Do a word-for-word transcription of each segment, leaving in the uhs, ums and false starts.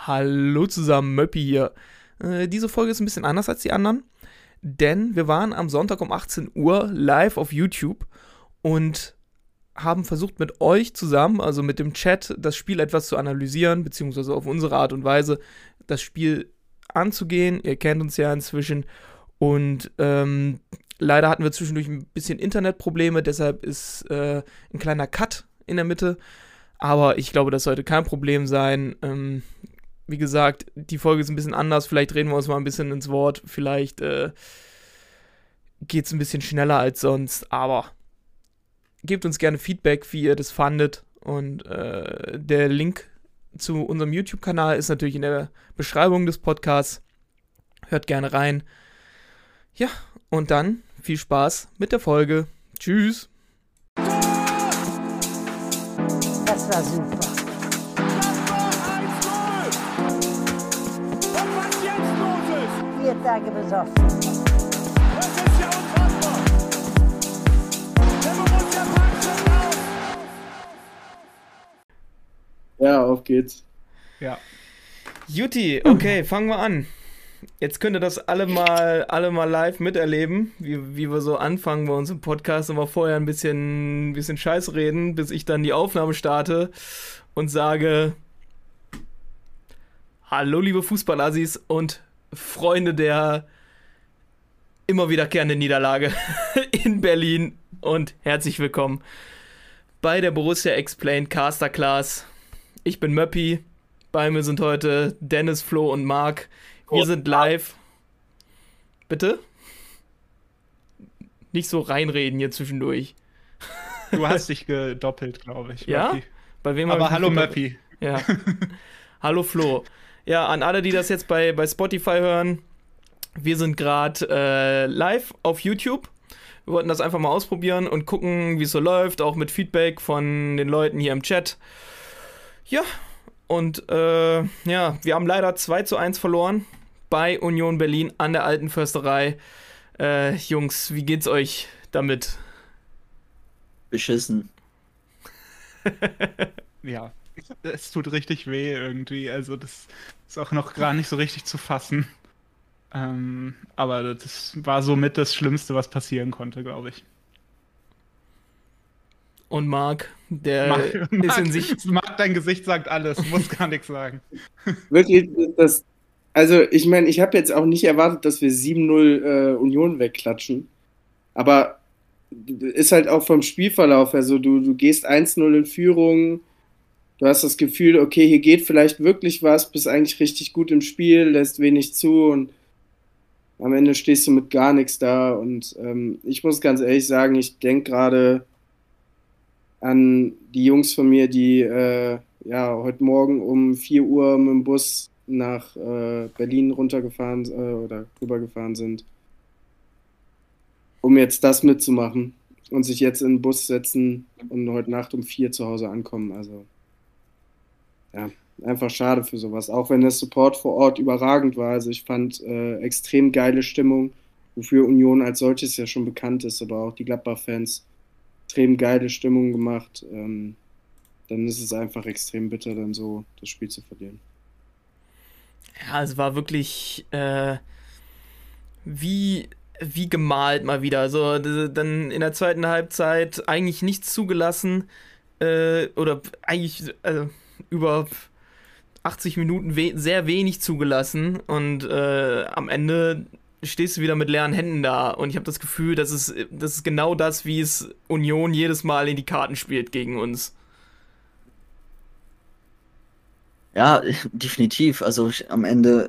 Hallo zusammen, Möppi hier. Äh, diese Folge ist ein bisschen anders als die anderen, denn wir waren am Sonntag um achtzehn Uhr live auf YouTube und haben versucht mit euch zusammen, also mit dem Chat, das Spiel etwas zu analysieren, beziehungsweise auf unsere Art und Weise das Spiel anzugehen. Ihr kennt uns ja inzwischen und ähm, leider hatten wir zwischendurch ein bisschen Internetprobleme, deshalb ist äh, ein kleiner Cut in der Mitte. Aber ich glaube, das sollte kein Problem sein. Ähm, wie gesagt, die Folge ist ein bisschen anders. Vielleicht reden wir uns mal ein bisschen ins Wort. Vielleicht äh, geht es ein bisschen schneller als sonst. Aber gebt uns gerne Feedback, wie ihr das fandet. Und äh, der Link zu unserem YouTube-Kanal ist natürlich in der Beschreibung des Podcasts. Hört gerne rein. Ja, und dann viel Spaß mit der Folge. Tschüss. Das war super. Das war eins null. Und was jetzt los ist? Vier Tage besoffen. Das ist ja unfassbar. Der Borussia Park tritt auf. Ja, auf geht's. Ja. Juti, okay, fangen wir an. Jetzt könnt ihr das alle mal, alle mal live miterleben, wie, wie wir so anfangen bei uns im Podcast und wir vorher ein bisschen, ein bisschen Scheiß reden, bis ich dann die Aufnahme starte und sage: Hallo liebe Fußballassis und Freunde der immer wiederkehrenden Niederlage in Berlin und herzlich willkommen bei der Borussia Explained Caster Class. Ich bin Möppi, bei mir sind heute Dennis, Flo und Marc. Wir sind live. Bitte? Nicht so reinreden hier zwischendurch. Du hast dich gedoppelt, glaube ich. Ja? Möppi. Bei wem hab Aber ich mich hallo gedoppelt? Möppi. Ja. Hallo Flo. Ja, an alle, die das jetzt bei, bei Spotify hören, wir sind gerade äh, live auf YouTube. Wir wollten das einfach mal ausprobieren und gucken, wie es so läuft, auch mit Feedback von den Leuten hier im Chat. Ja, und äh, ja, wir haben leider zwei zu eins verloren bei Union Berlin an der Alten Försterei. Äh, Jungs, wie geht's euch damit? Beschissen. Ja, es tut richtig weh irgendwie. Also das ist auch noch gar nicht so richtig zu fassen. Ähm, aber das war somit das Schlimmste, was passieren konnte, glaube ich. Und Marc, der Marc, ist in Marc, sich... Marc, dein Gesicht sagt alles, muss gar nichts sagen. Wirklich, das, also ich meine, ich habe jetzt auch nicht erwartet, dass wir sieben null äh, Union wegklatschen. Aber ist halt auch vom Spielverlauf, also du, du gehst eins null in Führung, du hast das Gefühl, okay, hier geht vielleicht wirklich was, bist eigentlich richtig gut im Spiel, lässt wenig zu und am Ende stehst du mit gar nichts da. Und ähm, ich muss ganz ehrlich sagen, ich denke gerade an die Jungs von mir, die äh, ja, heute Morgen um vier Uhr mit dem Bus nach äh, Berlin runtergefahren äh, oder rübergefahren sind, um jetzt das mitzumachen und sich jetzt in den Bus setzen und heute Nacht um vier zu Hause ankommen. Also ja, einfach schade für sowas. Auch wenn der Support vor Ort überragend war. Also ich fand äh, extrem geile Stimmung, wofür Union als solches ja schon bekannt ist, aber auch die Gladbach-Fans extrem geile Stimmung gemacht, ähm, dann ist es einfach extrem bitter, dann so das Spiel zu verlieren. Ja, es war wirklich äh, wie, wie gemalt mal wieder. Also d- dann in der zweiten Halbzeit eigentlich nichts zugelassen äh, oder eigentlich äh, über achtzig Minuten we- sehr wenig zugelassen und äh, am Ende stehst du wieder mit leeren Händen da und ich habe das Gefühl, das ist, das ist genau das, wie es Union jedes Mal in die Karten spielt gegen uns. Ja, definitiv. Also ich, am Ende,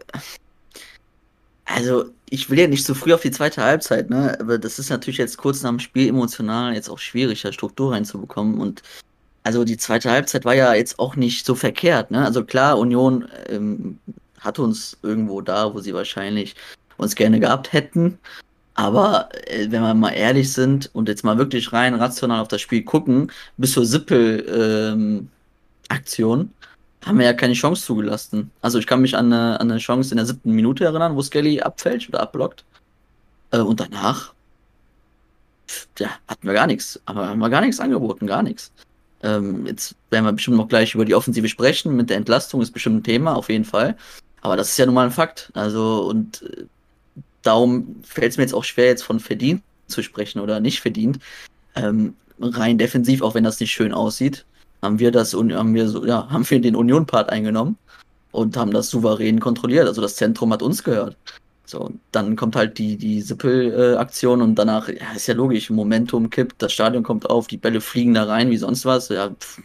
also ich will ja nicht so früh auf die zweite Halbzeit, ne? Aber das ist natürlich jetzt kurz nach dem Spiel emotional jetzt auch schwierig, da Struktur reinzubekommen. Und also die zweite Halbzeit war ja jetzt auch nicht so verkehrt, ne? Also klar, Union ähm, hat uns irgendwo da, wo sie wahrscheinlich uns gerne gehabt hätten. Aber äh, wenn wir mal ehrlich sind und jetzt mal wirklich rein rational auf das Spiel gucken, bis zur Sippel-Aktion haben wir ja keine Chance zugelassen. Also ich kann mich an eine, an eine Chance in der siebten Minute erinnern, wo Skelly abfälscht oder abblockt. Äh, und danach, pf, ja, hatten wir gar nichts. Aber haben wir gar nichts angeboten, gar nichts. Ähm, jetzt werden wir bestimmt noch gleich über die Offensive sprechen. Mit der Entlastung ist bestimmt ein Thema, auf jeden Fall. Aber das ist ja nun mal ein Fakt. Also, und äh, darum fällt es mir jetzt auch schwer, jetzt von verdient zu sprechen oder nicht verdient. Ähm, rein defensiv, auch wenn das nicht schön aussieht, haben wir das und haben wir so, ja, haben wir den Union-Part eingenommen und haben das souverän kontrolliert. Also das Zentrum hat uns gehört. So, und dann kommt halt die, die Sippel-Aktion und danach, ja, ist ja logisch, Momentum kippt, das Stadion kommt auf, die Bälle fliegen da rein, wie sonst was. Ja, pff,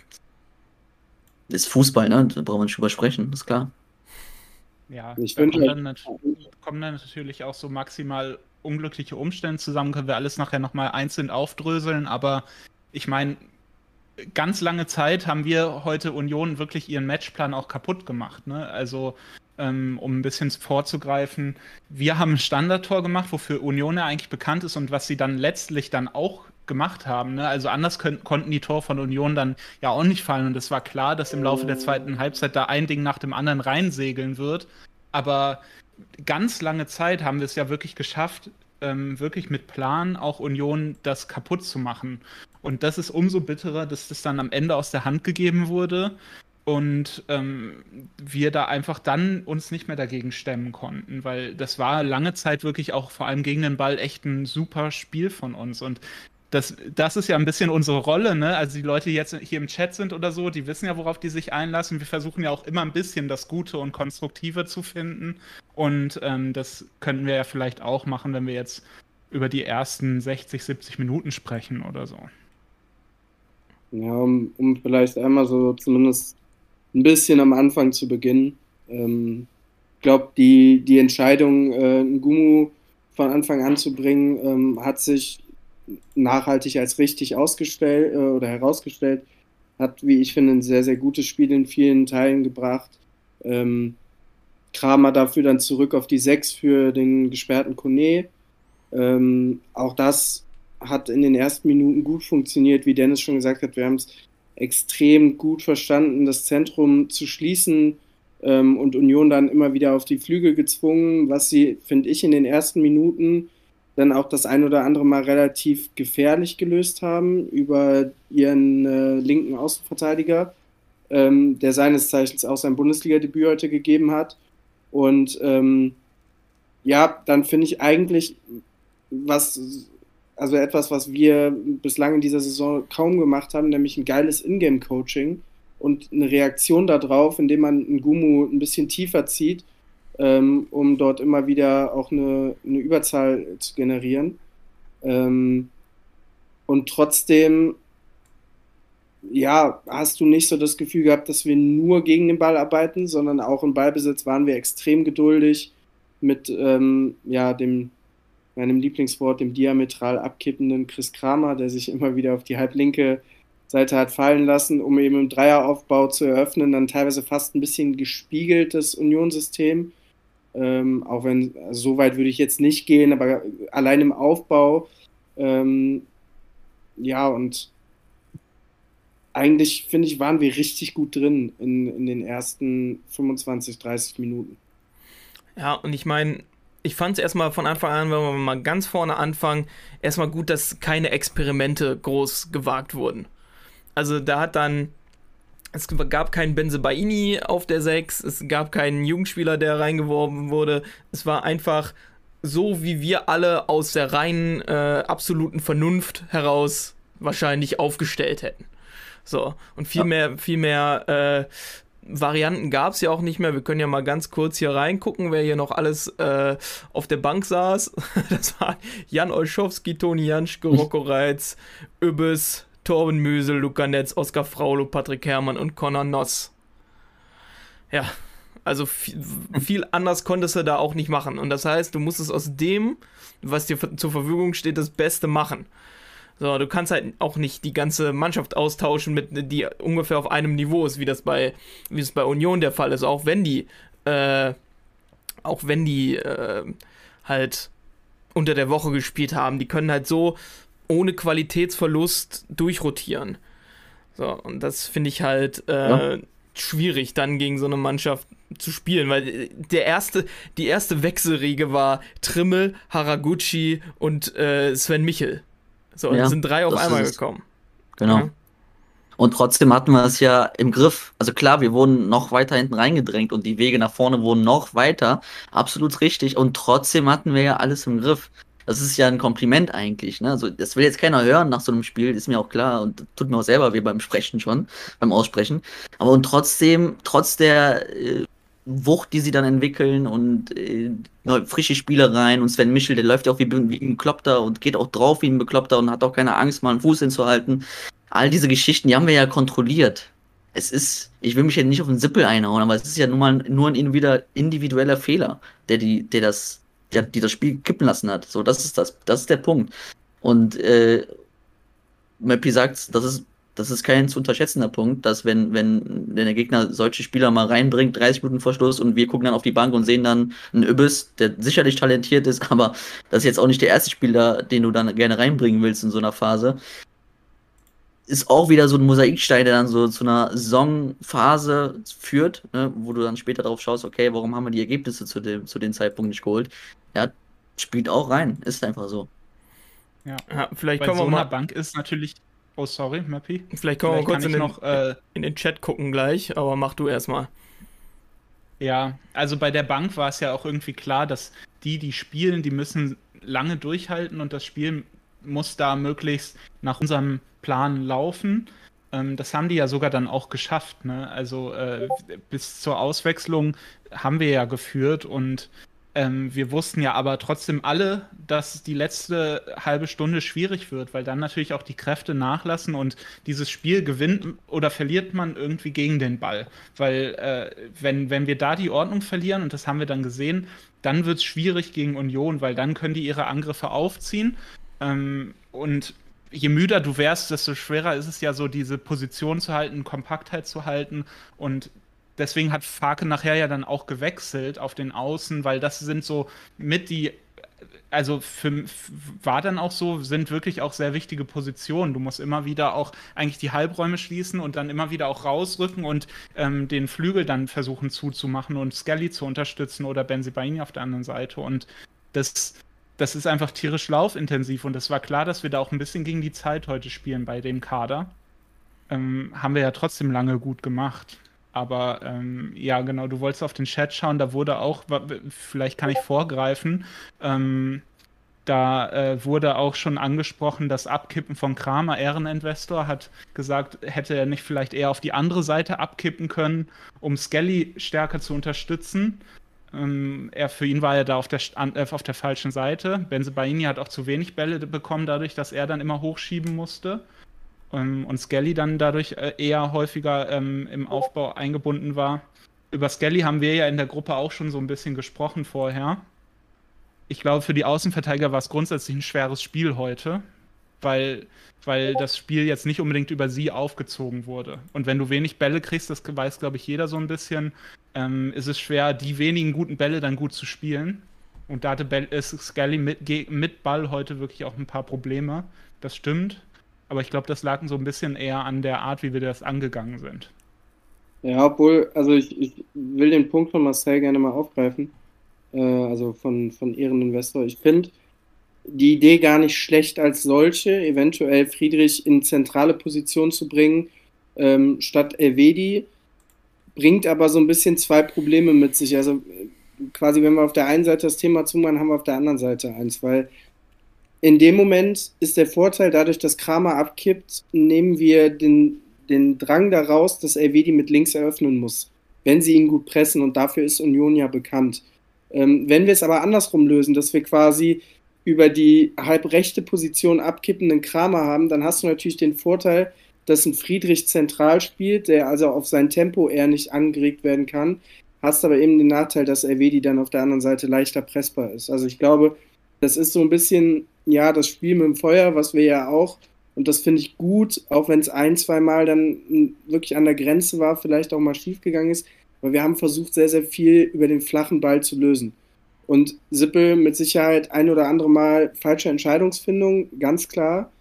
ist Fußball, ne? Da brauchen wir nicht drüber sprechen, ist klar. Ja, Ich da finde kommen halt- dann, nat kommen dann natürlich auch so maximal unglückliche Umstände zusammen, können wir alles nachher nochmal einzeln aufdröseln, aber ich meine, ganz lange Zeit haben wir heute Union wirklich ihren Matchplan auch kaputt gemacht, ne? Also, ähm, um ein bisschen vorzugreifen, wir haben ein Standardtor gemacht, wofür Union ja eigentlich bekannt ist und was sie dann letztlich dann auch gemacht haben, ne? Also anders können, konnten die Tore von Union dann ja auch nicht fallen und es war klar, dass im Laufe der zweiten Halbzeit da ein Ding nach dem anderen reinsegeln wird, aber ganz lange Zeit haben wir es ja wirklich geschafft, ähm, wirklich mit Plan auch Union das kaputt zu machen. Und das ist umso bitterer, dass das dann am Ende aus der Hand gegeben wurde und ähm, wir da einfach dann uns nicht mehr dagegen stemmen konnten, weil das war lange Zeit wirklich auch vor allem gegen den Ball echt ein super Spiel von uns. Und das, das ist ja ein bisschen unsere Rolle, ne? Also die Leute, die jetzt hier im Chat sind oder so, die wissen ja, worauf die sich einlassen. Wir versuchen ja auch immer ein bisschen das Gute und Konstruktive zu finden. Und ähm, das könnten wir ja vielleicht auch machen, wenn wir jetzt über die ersten sechzig, siebzig Minuten sprechen oder so. Ja, um, um vielleicht einmal so zumindest ein bisschen am Anfang zu beginnen. Ähm, ich glaube, die, die Entscheidung, äh, Ngumu von Anfang an zu bringen, ähm, hat sich nachhaltig als richtig ausgestellt äh, oder herausgestellt. Hat, wie ich finde, ein sehr, sehr gutes Spiel in vielen Teilen gebracht. Ähm, Kramer dafür dann zurück auf die sechs für den gesperrten Kone. Ähm, auch das hat in den ersten Minuten gut funktioniert, wie Dennis schon gesagt hat. Wir haben es extrem gut verstanden, das Zentrum zu schließen ähm, und Union dann immer wieder auf die Flügel gezwungen, was sie, finde ich, in den ersten Minuten dann auch das ein oder andere Mal relativ gefährlich gelöst haben über ihren äh, linken Außenverteidiger, ähm, der seines Zeichens auch sein Bundesliga-Debüt heute gegeben hat. Und ähm, ja, dann finde ich eigentlich, was, also etwas, was wir bislang in dieser Saison kaum gemacht haben, nämlich ein geiles Ingame-Coaching und eine Reaktion darauf, indem man Ngumu ein bisschen tiefer zieht, ähm, um dort immer wieder auch eine, eine Überzahl zu generieren. Ähm, und trotzdem, ja, hast du nicht so das Gefühl gehabt, dass wir nur gegen den Ball arbeiten, sondern auch im Ballbesitz waren wir extrem geduldig mit ähm, ja, dem, meinem Lieblingswort, dem diametral abkippenden Chris Kramer, der sich immer wieder auf die halblinke Seite hat fallen lassen, um eben im Dreieraufbau zu eröffnen, dann teilweise fast ein bisschen gespiegeltes Unionsystem. Ähm, auch wenn, also so weit würde ich jetzt nicht gehen, aber allein im Aufbau, ähm, ja, und eigentlich, finde ich, waren wir richtig gut drin in, in den ersten fünfundzwanzig, dreißig Minuten. Ja, und ich meine, ich fand es erstmal von Anfang an, wenn wir mal ganz vorne anfangen, erstmal gut, dass keine Experimente groß gewagt wurden. Also da hat dann, es gab keinen Bensebaini auf der sechs, es gab keinen Jugendspieler, der reingeworfen wurde. Es war einfach so, wie wir alle aus der reinen, äh, absoluten Vernunft heraus wahrscheinlich aufgestellt hätten. So, und viel ja. mehr, viel mehr äh, Varianten gab es ja auch nicht mehr. Wir können ja mal ganz kurz hier reingucken, wer hier noch alles äh, auf der Bank saß. Das war Jan Olschowski, Toni Janschke, Rocco Reitz, Übbes, Torben Mösel, Luca Netz, Oskar Fraulo, Patrick Herrmann und Conor Noss. Ja, also viel, viel anders konntest du da auch nicht machen. Und das heißt, du musstest aus dem, was dir zur Verfügung steht, das Beste machen. So, du kannst halt auch nicht die ganze Mannschaft austauschen, mit die ungefähr auf einem Niveau ist, wie das bei, wie es bei Union der Fall ist. Auch wenn die, äh, auch wenn die äh, halt unter der Woche gespielt haben, die können halt so ohne Qualitätsverlust durchrotieren. So, und das finde ich halt äh, ja. schwierig, dann gegen so eine Mannschaft zu spielen, weil der erste, die erste Wechselriege war Trimmel, Haraguchi und äh, Sven Michel. So, ja, es sind drei auf einmal gekommen. Genau. Ja. Und trotzdem hatten wir es ja im Griff. Also klar, wir wurden noch weiter hinten reingedrängt und die Wege nach vorne wurden noch weiter. Absolut richtig. Und trotzdem hatten wir ja alles im Griff. Das ist ja ein Kompliment eigentlich. Ne? Also das will jetzt keiner hören nach so einem Spiel, ist mir auch klar. Und tut mir auch selber weh beim Sprechen schon, beim Aussprechen. Aber und trotzdem, trotz der äh, Wucht, die sie dann entwickeln und äh, neu- frische Spielereien und Sven Michel, der läuft ja auch wie, wie ein Bekloppter und geht auch drauf wie ein Bekloppter und hat auch keine Angst, mal einen Fuß hinzuhalten. All diese Geschichten, die haben wir ja kontrolliert. Es ist, ich will mich ja nicht auf den Sippel einhauen, aber es ist ja nun mal nur ein individueller, individueller Fehler, der die, der das, der, die das Spiel kippen lassen hat. So, das ist das, das ist der Punkt. Und äh, Möppi sagt, das ist, das ist kein zu unterschätzender Punkt, dass wenn, wenn, wenn der Gegner solche Spieler mal reinbringt, dreißig Minuten vor Schluss und wir gucken dann auf die Bank und sehen dann einen Übbes, der sicherlich talentiert ist, aber das ist jetzt auch nicht der erste Spieler, den du dann gerne reinbringen willst in so einer Phase. Ist auch wieder so ein Mosaikstein, der dann so zu einer Saisonphase führt, ne, wo du dann später darauf schaust, okay, warum haben wir die Ergebnisse zu dem, zu dem Zeitpunkt nicht geholt? Ja, spielt auch rein, ist einfach so. Ja. Ja, vielleicht Bei können so wir einer mal, Bank ist natürlich. Oh, sorry, Möppi. vielleicht können wir mal Vielleicht kurz kann in ich den, noch. Äh, in den Chat gucken gleich, aber mach du erstmal. Ja, also bei der Bank war es ja auch irgendwie klar, dass die, die spielen, die müssen lange durchhalten und das Spiel muss da möglichst nach unserem Plan laufen. Ähm, das haben die ja sogar dann auch geschafft, ne? Also äh, bis zur Auswechslung haben wir ja geführt und ähm, wir wussten ja aber trotzdem alle, dass die letzte halbe Stunde schwierig wird, weil dann natürlich auch die Kräfte nachlassen und dieses Spiel gewinnt oder verliert man irgendwie gegen den Ball. Weil äh, wenn, wenn wir da die Ordnung verlieren, und das haben wir dann gesehen, dann wird es schwierig gegen Union, weil dann können die ihre Angriffe aufziehen. Ähm, und je müder du wärst, desto schwerer ist es ja so, diese Position zu halten, Kompaktheit zu halten. Und deswegen hat Farke nachher ja dann auch gewechselt auf den Außen, weil das sind so mit die, also für, war dann auch so, sind wirklich auch sehr wichtige Positionen. Du musst immer wieder auch eigentlich die Halbräume schließen und dann immer wieder auch rausrücken und ähm, den Flügel dann versuchen zuzumachen und Skelly zu unterstützen oder Bensebaini auf der anderen Seite. Und das, das ist einfach tierisch laufintensiv und es war klar, dass wir da auch ein bisschen gegen die Zeit heute spielen bei dem Kader. Ähm, haben wir ja trotzdem lange gut gemacht. Aber ähm, ja, genau, du wolltest auf den Chat schauen, da wurde auch, wa- vielleicht kann ich vorgreifen, ähm, da äh, wurde auch schon angesprochen, das Abkippen von Kramer, Ehreninvestor, hat gesagt, hätte er nicht vielleicht eher auf die andere Seite abkippen können, um Skelly stärker zu unterstützen. Ähm, er, für ihn war er da auf der, St- an- äh, auf der falschen Seite. Bensebaini hat auch zu wenig Bälle bekommen, dadurch, dass er dann immer hochschieben musste. Ähm, und Skelly dann dadurch äh, eher häufiger ähm, im Aufbau eingebunden war. Über Skelly haben wir ja in der Gruppe auch schon so ein bisschen gesprochen vorher. Ich glaube, für die Außenverteidiger war es grundsätzlich ein schweres Spiel heute, weil, weil das Spiel jetzt nicht unbedingt über sie aufgezogen wurde. Und wenn du wenig Bälle kriegst, das weiß, glaube ich, jeder so ein bisschen, ähm, ist es schwer, die wenigen guten Bälle dann gut zu spielen. Und da hatte Bell, ist Skelly mit, ge- mit Ball heute wirklich auch ein paar Probleme. Das stimmt. Aber ich glaube, das lag so ein bisschen eher an der Art, wie wir das angegangen sind. Ja, obwohl, also ich, ich will den Punkt von Marcel gerne mal aufgreifen, äh, also von, von Ehreninvestor. Ich finde die Idee gar nicht schlecht als solche, eventuell Friedrich in zentrale Position zu bringen, ähm, statt Elvedi, bringt aber so ein bisschen zwei Probleme mit sich. Also äh, quasi, wenn wir auf der einen Seite das Thema zumachen, haben wir auf der anderen Seite eins, weil in dem Moment ist der Vorteil, dadurch, dass Kramer abkippt, nehmen wir den, den Drang daraus, dass Elvedi mit links eröffnen muss, wenn sie ihn gut pressen und dafür ist Union ja bekannt. Ähm, wenn wir es aber andersrum lösen, dass wir quasi über die halbrechte Position abkippenden Kramer haben, dann hast du natürlich den Vorteil, dass ein Friedrich zentral spielt, der also auf sein Tempo eher nicht angeregt werden kann, hast aber eben den Nachteil, dass Elvedi dann auf der anderen Seite leichter pressbar ist. Also ich glaube, das ist so ein bisschen, ja, das Spiel mit dem Feuer, was wir ja auch, und das finde ich gut, auch wenn es ein, zwei Mal dann m, wirklich an der Grenze war, vielleicht auch mal schief gegangen ist, weil wir haben versucht, sehr, sehr viel über den flachen Ball zu lösen. Und Sippel mit Sicherheit ein oder andere Mal falsche Entscheidungsfindung, ganz klar.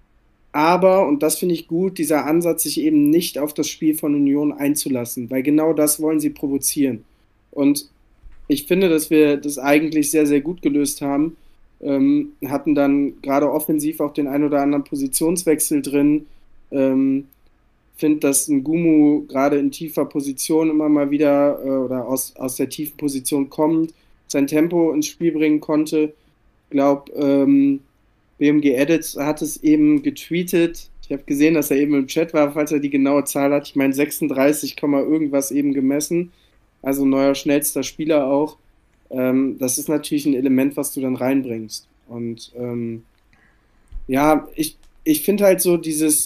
Aber, und das finde ich gut, dieser Ansatz, sich eben nicht auf das Spiel von Union einzulassen, weil genau das wollen sie provozieren. Und ich finde, dass wir das eigentlich sehr, sehr gut gelöst haben. Ähm, hatten dann gerade offensiv auch den ein oder anderen Positionswechsel drin. Ähm, finde, dass ein Gumu gerade in tiefer Position immer mal wieder äh, oder aus, aus der tiefen Position kommend sein Tempo ins Spiel bringen konnte. Ich glaube, ähm, B M G Edits hat es eben getweetet. Ich habe gesehen, dass er eben im Chat war, falls er die genaue Zahl hat. Ich meine sechsunddreißig, irgendwas eben gemessen. Also neuer schnellster Spieler auch. Ähm, das ist natürlich ein Element, was du dann reinbringst. Und ähm, ja, ich, ich finde halt so, dieses,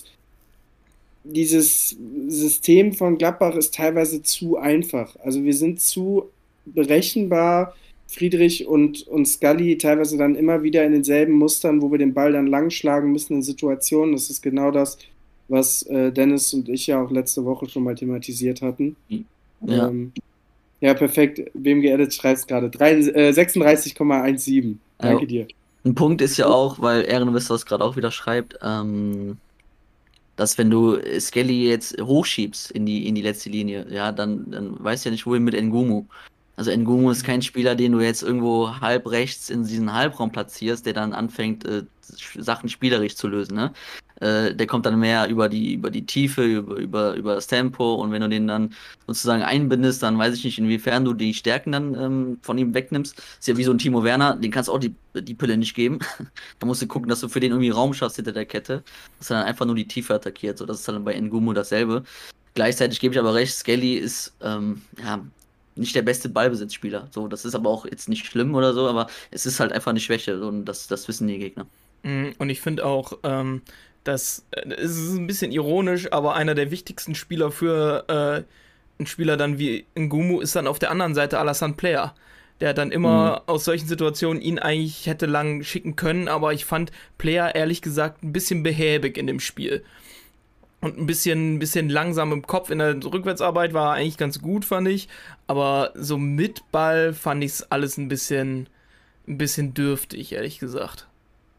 dieses System von Gladbach ist teilweise zu einfach. Also wir sind zu berechenbar. Friedrich und, und Scully teilweise dann immer wieder in denselben Mustern, wo wir den Ball dann langschlagen müssen in Situationen. Das ist genau das, was äh, Dennis und ich ja auch letzte Woche schon mal thematisiert hatten. Ja. Ähm, ja, perfekt. B M G Edit schreibt gerade äh, sechsunddreißig Komma siebzehn. Danke Also, dir. ein Punkt ist ja auch, weil Ehrenwisser das gerade auch wieder schreibt, ähm, dass wenn du Skelly jetzt hochschiebst in die, in die letzte Linie, ja, dann, dann weißt du ja nicht, wohin mit Ngumu. Also Ngumu ist kein Spieler, den du jetzt irgendwo halb rechts in diesen Halbraum platzierst, der dann anfängt, äh, Sachen spielerisch zu lösen, ne? Äh, der kommt dann mehr über die, über die Tiefe, über, über, über das Tempo, und wenn du den dann sozusagen einbindest, dann weiß ich nicht, inwiefern du die Stärken dann ähm, von ihm wegnimmst. Ist ja wie so ein Timo Werner, den kannst du auch die, die Pille nicht geben. Da musst du gucken, dass du für den irgendwie Raum schaffst hinter der Kette, dass er dann einfach nur die Tiefe attackiert. So, das ist dann bei Ngumu dasselbe. Gleichzeitig gebe ich aber recht, Skelly ist ähm, ja nicht der beste Ballbesitzspieler. So, das ist aber auch jetzt nicht schlimm oder so, aber es ist halt einfach eine Schwäche, und das, das wissen die Gegner. Mm, Und ich finde auch, ähm, dass äh, es ist ein bisschen ironisch, aber einer der wichtigsten Spieler für äh, einen Spieler dann wie Ngumu ist dann auf der anderen Seite Alassane Player, der dann immer aus solchen Situationen ihn eigentlich hätte lang schicken können, aber ich fand Player ehrlich gesagt ein bisschen behäbig in dem Spiel. Und ein bisschen, ein bisschen langsam im Kopf. In der Rückwärtsarbeit war er eigentlich ganz gut, fand ich. Aber so mit Ball fand ich es alles ein bisschen, ein bisschen dürftig, ehrlich gesagt.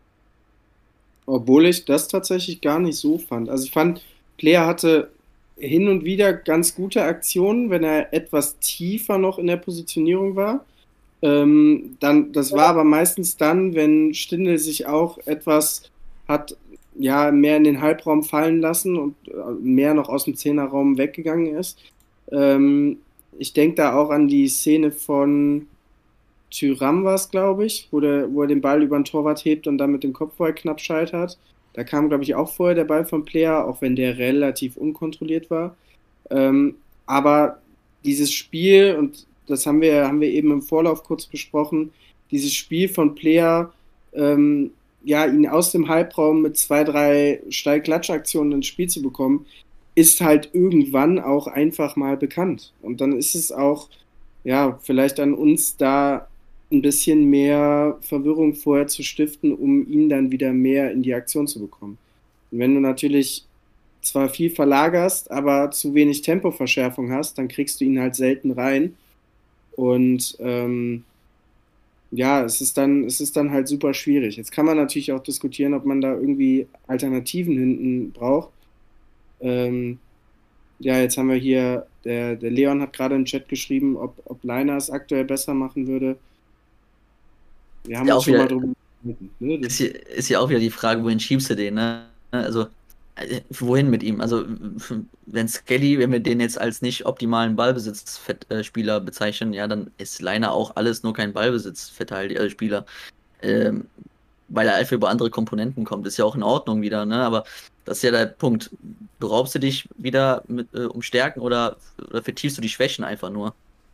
Obwohl ich das tatsächlich gar nicht so fand. Also ich fand, Player hatte hin und wieder ganz gute Aktionen, wenn er etwas tiefer noch in der Positionierung war. Ähm, dann, das war aber meistens dann, wenn Stindl sich auch etwas hat, ja, mehr in den Halbraum fallen lassen und äh, mehr noch aus dem Zehnerraum weggegangen ist. Ähm, ich denke da auch an die Szene von Thuram war es, glaube ich, wo, der, wo er den Ball über den Torwart hebt und dann mit dem Kopf vorher knapp scheitert. Da kam, glaube ich, auch vorher der Ball vom Player, auch wenn der relativ unkontrolliert war. Ähm, aber dieses Spiel, und das haben wir, haben wir eben im Vorlauf kurz besprochen, dieses Spiel von Player, ähm, ja, ihn aus dem Halbraum mit zwei, drei Steil-Klatsch-Aktionen ins Spiel zu bekommen, ist halt irgendwann auch einfach mal bekannt. Und dann ist es auch, ja, vielleicht an uns da ein bisschen mehr Verwirrung vorher zu stiften, um ihn dann wieder mehr in die Aktion zu bekommen. Und wenn du natürlich zwar viel verlagerst, aber zu wenig Tempoverschärfung hast, dann kriegst du ihn halt selten rein. Und ähm, ja, es ist dann, es ist dann halt super schwierig. Jetzt kann man natürlich auch diskutieren, ob man da irgendwie Alternativen hinten braucht. Ähm, ja, jetzt haben wir hier, der, der Leon hat gerade im Chat geschrieben, ob, ob Leiner es aktuell besser machen würde. Wir haben Ja, uns auch schon wieder- mal drüber unterhalten, ne? Ist Das, hier, ist ja auch wieder die Frage, wohin schiebst du den, ne? Also, äh, wohin mit ihm? Also, wenn Skelly, wenn wir den jetzt als nicht optimalen Ballbesitzspieler bezeichnen, ja, dann ist Leiner auch alles nur kein Ballbesitzspieler. Ähm, weil er einfach über andere Komponenten kommt. Ist ja auch in Ordnung wieder, ne? Aber das ist ja der Punkt. Beraubst du dich wieder mit, äh, um Stärken, oder, oder vertiefst du die Schwächen einfach nur?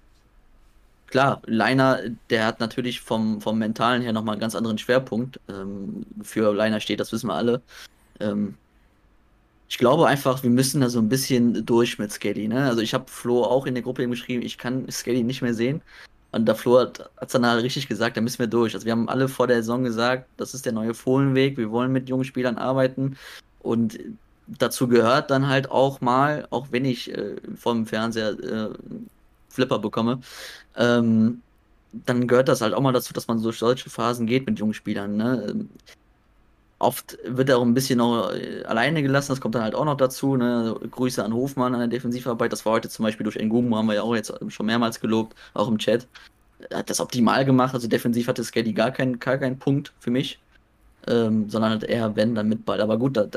Klar, Leiner, der hat natürlich vom, vom Mentalen her nochmal einen ganz anderen Schwerpunkt. Ähm, für Leiner steht, das wissen wir alle. Ähm, ich glaube einfach, wir müssen da so ein bisschen durch mit Skelly, ne? Also ich habe Flo auch in der Gruppe eben geschrieben, ich kann Skelly nicht mehr sehen. Und der Flo hat es dann halt richtig gesagt, da müssen wir durch. Also wir haben alle vor der Saison gesagt, das ist der neue Fohlenweg, wir wollen mit jungen Spielern arbeiten. Und dazu gehört dann halt auch mal, auch wenn ich äh, vom Fernseher äh, Flipper bekomme, ähm, dann gehört das halt auch mal dazu, dass man durch solche Phasen geht mit jungen Spielern, ne? Ähm, Oft wird er auch ein bisschen noch äh, alleine gelassen, das kommt dann halt auch noch dazu, ne? Also, Grüße an Hofmann an der Defensivarbeit, das war heute zum Beispiel durch Ngumu, haben wir ja auch jetzt schon mehrmals gelobt, auch im Chat. Er hat das optimal gemacht, also defensiv hatte Skelly gar keinen, gar keinen Punkt für mich. ähm, sondern halt eher wenn, dann mit Ball. Aber gut, da, da,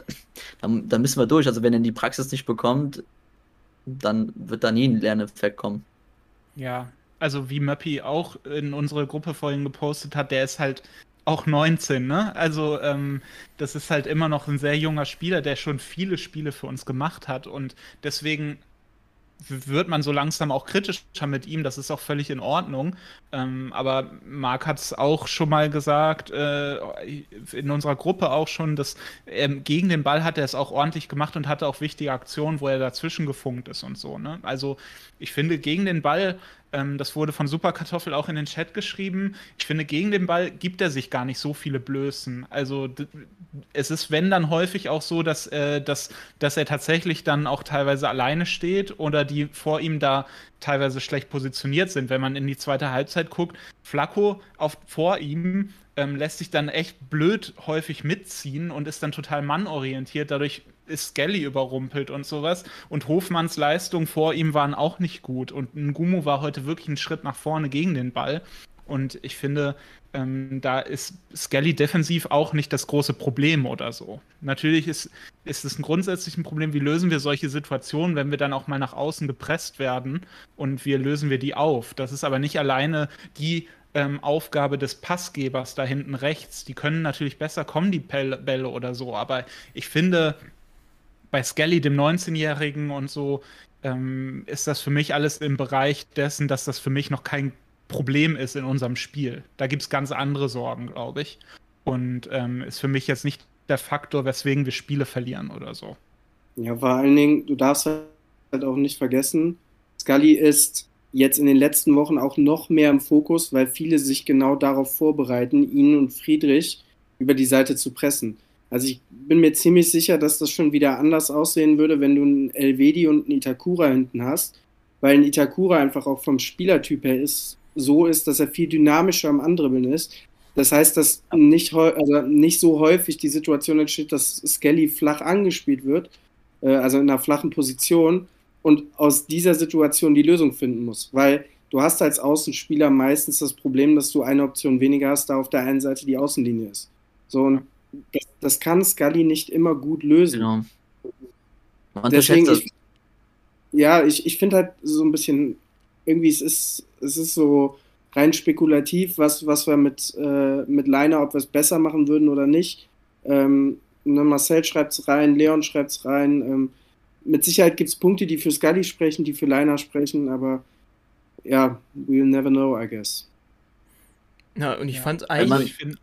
da müssen wir durch. Also wenn er die Praxis nicht bekommt, dann wird da nie ein Lerneffekt kommen. Ja, also wie Möppi auch in unsere Gruppe vorhin gepostet hat, der ist halt auch neunzehn, ne? Also ähm, das ist halt immer noch ein sehr junger Spieler, der schon viele Spiele für uns gemacht hat und deswegen wird man so langsam auch kritischer mit ihm, das ist auch völlig in Ordnung. Ähm, aber Marc hat es auch schon mal gesagt, äh, in unserer Gruppe auch schon, dass ähm, gegen den Ball hat er es auch ordentlich gemacht und hatte auch wichtige Aktionen, wo er dazwischen gefunkt ist und so. Ne? Also ich finde, gegen den Ball, ähm, das wurde von Superkartoffel auch in den Chat geschrieben, ich finde, gegen den Ball gibt er sich gar nicht so viele Blößen. Also d- es ist, wenn dann häufig auch so, dass, äh, dass, dass er tatsächlich dann auch teilweise alleine steht oder die vor ihm da teilweise schlecht positioniert sind. Wenn man in die zweite Halbzeit guckt, Flacco auf, vor ihm ähm, lässt sich dann echt blöd häufig mitziehen und ist dann total mannorientiert. Dadurch ist Skelly überrumpelt und sowas. Und Hofmanns Leistungen vor ihm waren auch nicht gut. Und Ngumu war heute wirklich einen Schritt nach vorne gegen den Ball. Und ich finde, ähm, da ist Skelly defensiv auch nicht das große Problem oder so. Natürlich ist, ist es ein grundsätzliches Problem, wie lösen wir solche Situationen, wenn wir dann auch mal nach außen gepresst werden und wie lösen wir die auf. Das ist aber nicht alleine die ähm, Aufgabe des Passgebers da hinten rechts. Die können natürlich besser kommen, die Bälle Bälle oder so, aber ich finde, bei Skelly, dem neunzehnjährigen und so, ähm, ist das für mich alles im Bereich dessen, dass das für mich noch kein Problem ist in unserem Spiel. Da gibt es ganz andere Sorgen, glaube ich. Und ähm, ist für mich jetzt nicht der Faktor, weswegen wir Spiele verlieren oder so. Ja, vor allen Dingen, du darfst halt auch nicht vergessen, Scully ist jetzt in den letzten Wochen auch noch mehr im Fokus, weil viele sich genau darauf vorbereiten, ihn und Friedrich über die Seite zu pressen. Also ich bin mir ziemlich sicher, dass das schon wieder anders aussehen würde, wenn du einen Elvedi und einen Itakura hinten hast, weil ein Itakura einfach auch vom Spielertyp her ist, so ist, dass er viel dynamischer am Andribbeln ist. Das heißt, dass nicht, also nicht so häufig die Situation entsteht, dass Skelly flach angespielt wird, äh, also in einer flachen Position und aus dieser Situation die Lösung finden muss. Weil du hast als Außenspieler meistens das Problem, dass du eine Option weniger hast, da auf der einen Seite die Außenlinie ist. So, und das, das kann Scully nicht immer gut lösen. Genau. Man Deswegen, unterschätzt ich, ja, ich, ich finde halt so ein bisschen, irgendwie, es ist, es ist so rein spekulativ, was, was wir mit, äh, mit Leiner, ob wir es besser machen würden oder nicht. Ähm, ne, Marcel schreibt es rein, Leon schreibt es rein. Ähm, mit Sicherheit gibt es Punkte, die für Scully sprechen, die für Leiner sprechen, aber ja, we'll never know, I guess. Ja, und ich Ja. fand Also eigentlich ich finde,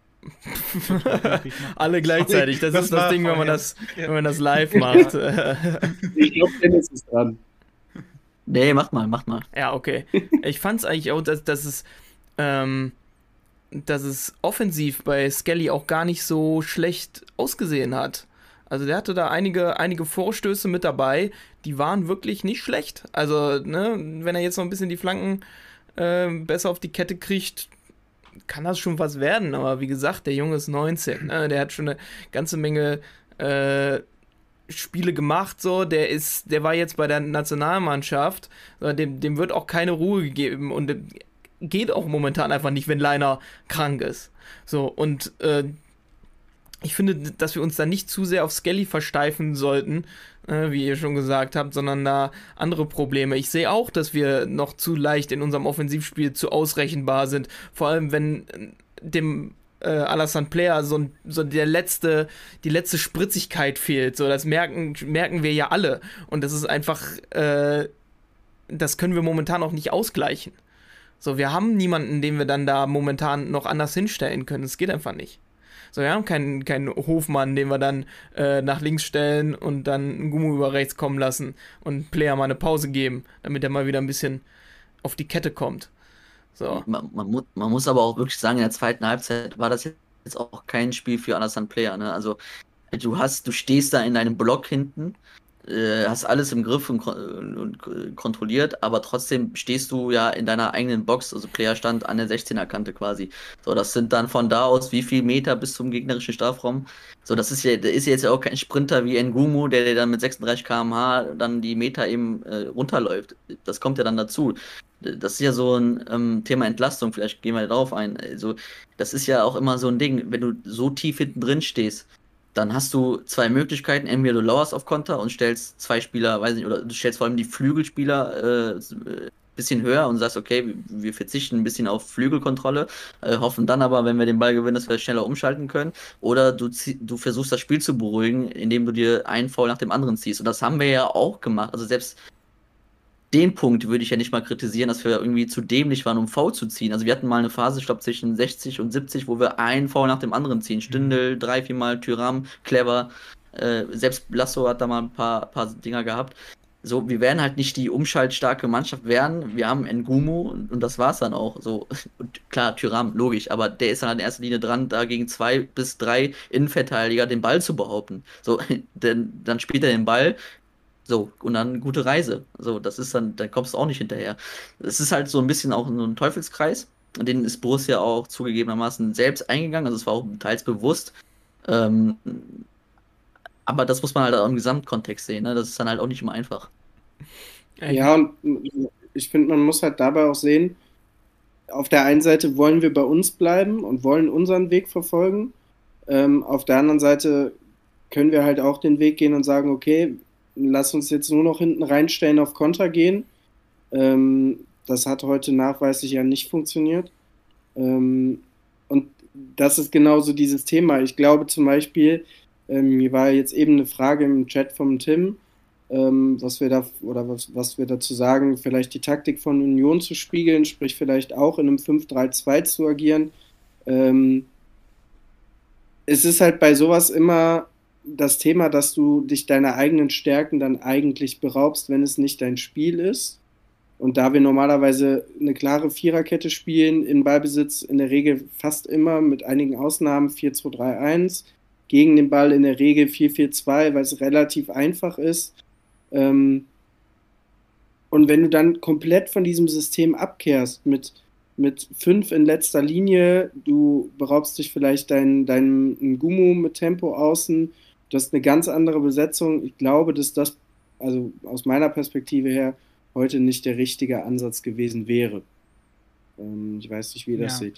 alle gleichzeitig. Das Sorry, ist das war Ding, wenn man vorher. das, Ja. wenn man das live macht. Ich glaube, Dennis ist dran. Nee, mach mal, mach mal. Ja, okay. Ich fand es eigentlich auch, dass, dass es ähm, dass es offensiv bei Skelly auch gar nicht so schlecht ausgesehen hat. Also der hatte da einige, einige Vorstöße mit dabei, die waren wirklich nicht schlecht. Also, ne, wenn er jetzt noch ein bisschen die Flanken äh, besser auf die Kette kriegt, kann das schon was werden. Aber wie gesagt, der Junge ist neunzehn, ne? Der hat schon eine ganze Menge äh, Spiele gemacht, so, der ist, der war jetzt bei der Nationalmannschaft, so, dem, dem wird auch keine Ruhe gegeben und dem geht auch momentan einfach nicht, wenn Leiner krank ist. So, und äh, ich finde, dass wir uns da nicht zu sehr auf Skelly versteifen sollten, äh, wie ihr schon gesagt habt, sondern da andere Probleme. Ich sehe auch, dass wir noch zu leicht in unserem Offensivspiel zu ausrechenbar sind, vor allem wenn dem äh, Alassane Player so, so der letzte, die letzte Spritzigkeit fehlt. So, das merken, merken wir ja alle. Und das ist einfach, äh, das können wir momentan auch nicht ausgleichen. So, wir haben niemanden, den wir dann da momentan noch anders hinstellen können. Es geht einfach nicht. So, wir haben keinen, keinen Hofmann, den wir dann äh, nach links stellen und dann einen Gummo über rechts kommen lassen und Player mal eine Pause geben, damit er mal wieder ein bisschen auf die Kette kommt. So. Man, man, mu man muss aber auch wirklich sagen, in der zweiten Halbzeit war das jetzt auch kein Spiel für Alassane Player. Ne? Also du hast, du stehst da in deinem Block hinten äh, hast alles im Griff und, kon und äh, kontrolliert, aber trotzdem stehst du ja in deiner eigenen Box, also Player stand an der sechzehner-Kante quasi. So, das sind dann von da aus wie viel Meter bis zum gegnerischen Strafraum. So, das ist ja, der ist jetzt ja auch kein Sprinter wie Ngumu, der, der dann mit sechsunddreißig Kilometer pro Stunde dann die Meter eben äh, runterläuft. Das kommt ja dann dazu. Das ist ja so ein ähm, Thema Entlastung, vielleicht gehen wir darauf ein. Also, das ist ja auch immer so ein Ding, wenn du so tief hinten drin stehst, dann hast du zwei Möglichkeiten. Entweder du lauerst auf Konter und stellst zwei Spieler, weiß nicht, oder du stellst vor allem die Flügelspieler äh, bisschen höher und sagst, okay, wir verzichten ein bisschen auf Flügelkontrolle, äh, hoffen dann aber, wenn wir den Ball gewinnen, dass wir schneller umschalten können. Oder du, du versuchst das Spiel zu beruhigen, indem du dir einen Foul nach dem anderen ziehst. Und das haben wir ja auch gemacht. Also selbst den Punkt würde ich ja nicht mal kritisieren, dass wir irgendwie zu dämlich waren, um Foul zu ziehen. Also wir hatten mal eine Phase, ich glaube zwischen sechzig und siebzig, wo wir einen Foul nach dem anderen ziehen. Stindl, drei, viermal, Thuram, Clever, äh, selbst Lasso hat da mal ein paar, paar Dinger gehabt. So, wir werden halt nicht die umschaltstarke Mannschaft werden. Wir haben Ngumu und, und das war's dann auch. So, und klar, Thuram, logisch, aber der ist dann halt in erster Linie dran, da gegen zwei bis drei Innenverteidiger den Ball zu behaupten. So, denn dann spielt er den Ball. So, und dann gute Reise. So, das ist dann, dann kommst du auch nicht hinterher. Es ist halt so ein bisschen auch so ein Teufelskreis. Den ist Borussia auch zugegebenermaßen selbst eingegangen. Also es war auch teils bewusst. Ähm, aber das muss man halt auch im Gesamtkontext sehen. Ne? Das ist dann halt auch nicht immer einfach. Ja, und ich finde, man muss halt dabei auch sehen, auf der einen Seite wollen wir bei uns bleiben und wollen unseren Weg verfolgen. Ähm, auf der anderen Seite können wir halt auch den Weg gehen und sagen, okay, lass uns jetzt nur noch hinten reinstellen, auf Konter gehen. Ähm, das hat heute nachweislich ja nicht funktioniert. Ähm, und das ist genauso dieses Thema. Ich glaube zum Beispiel, ähm, hier war jetzt eben eine Frage im Chat vom Tim, ähm, was wir da oder was, was wir dazu sagen, vielleicht die Taktik von Union zu spiegeln, sprich vielleicht auch in einem fünf drei zwei zu agieren. Ähm, es ist halt bei sowas immer das Thema, dass du dich deiner eigenen Stärken dann eigentlich beraubst, wenn es nicht dein Spiel ist. Und da wir normalerweise eine klare Viererkette spielen, in Ballbesitz in der Regel fast immer, mit einigen Ausnahmen vier zwei drei eins, gegen den Ball in der Regel vier vier zwei, weil es relativ einfach ist. Ähm, und wenn du dann komplett von diesem System abkehrst, mit, mit fünf in letzter Linie, du beraubst dich vielleicht deinen dein Ngumu mit Tempo außen, du hast eine ganz andere Besetzung. Ich glaube, dass das, also aus meiner Perspektive her, heute nicht der richtige Ansatz gewesen wäre. Ähm, ich weiß nicht, wie ihr das Ja. seht.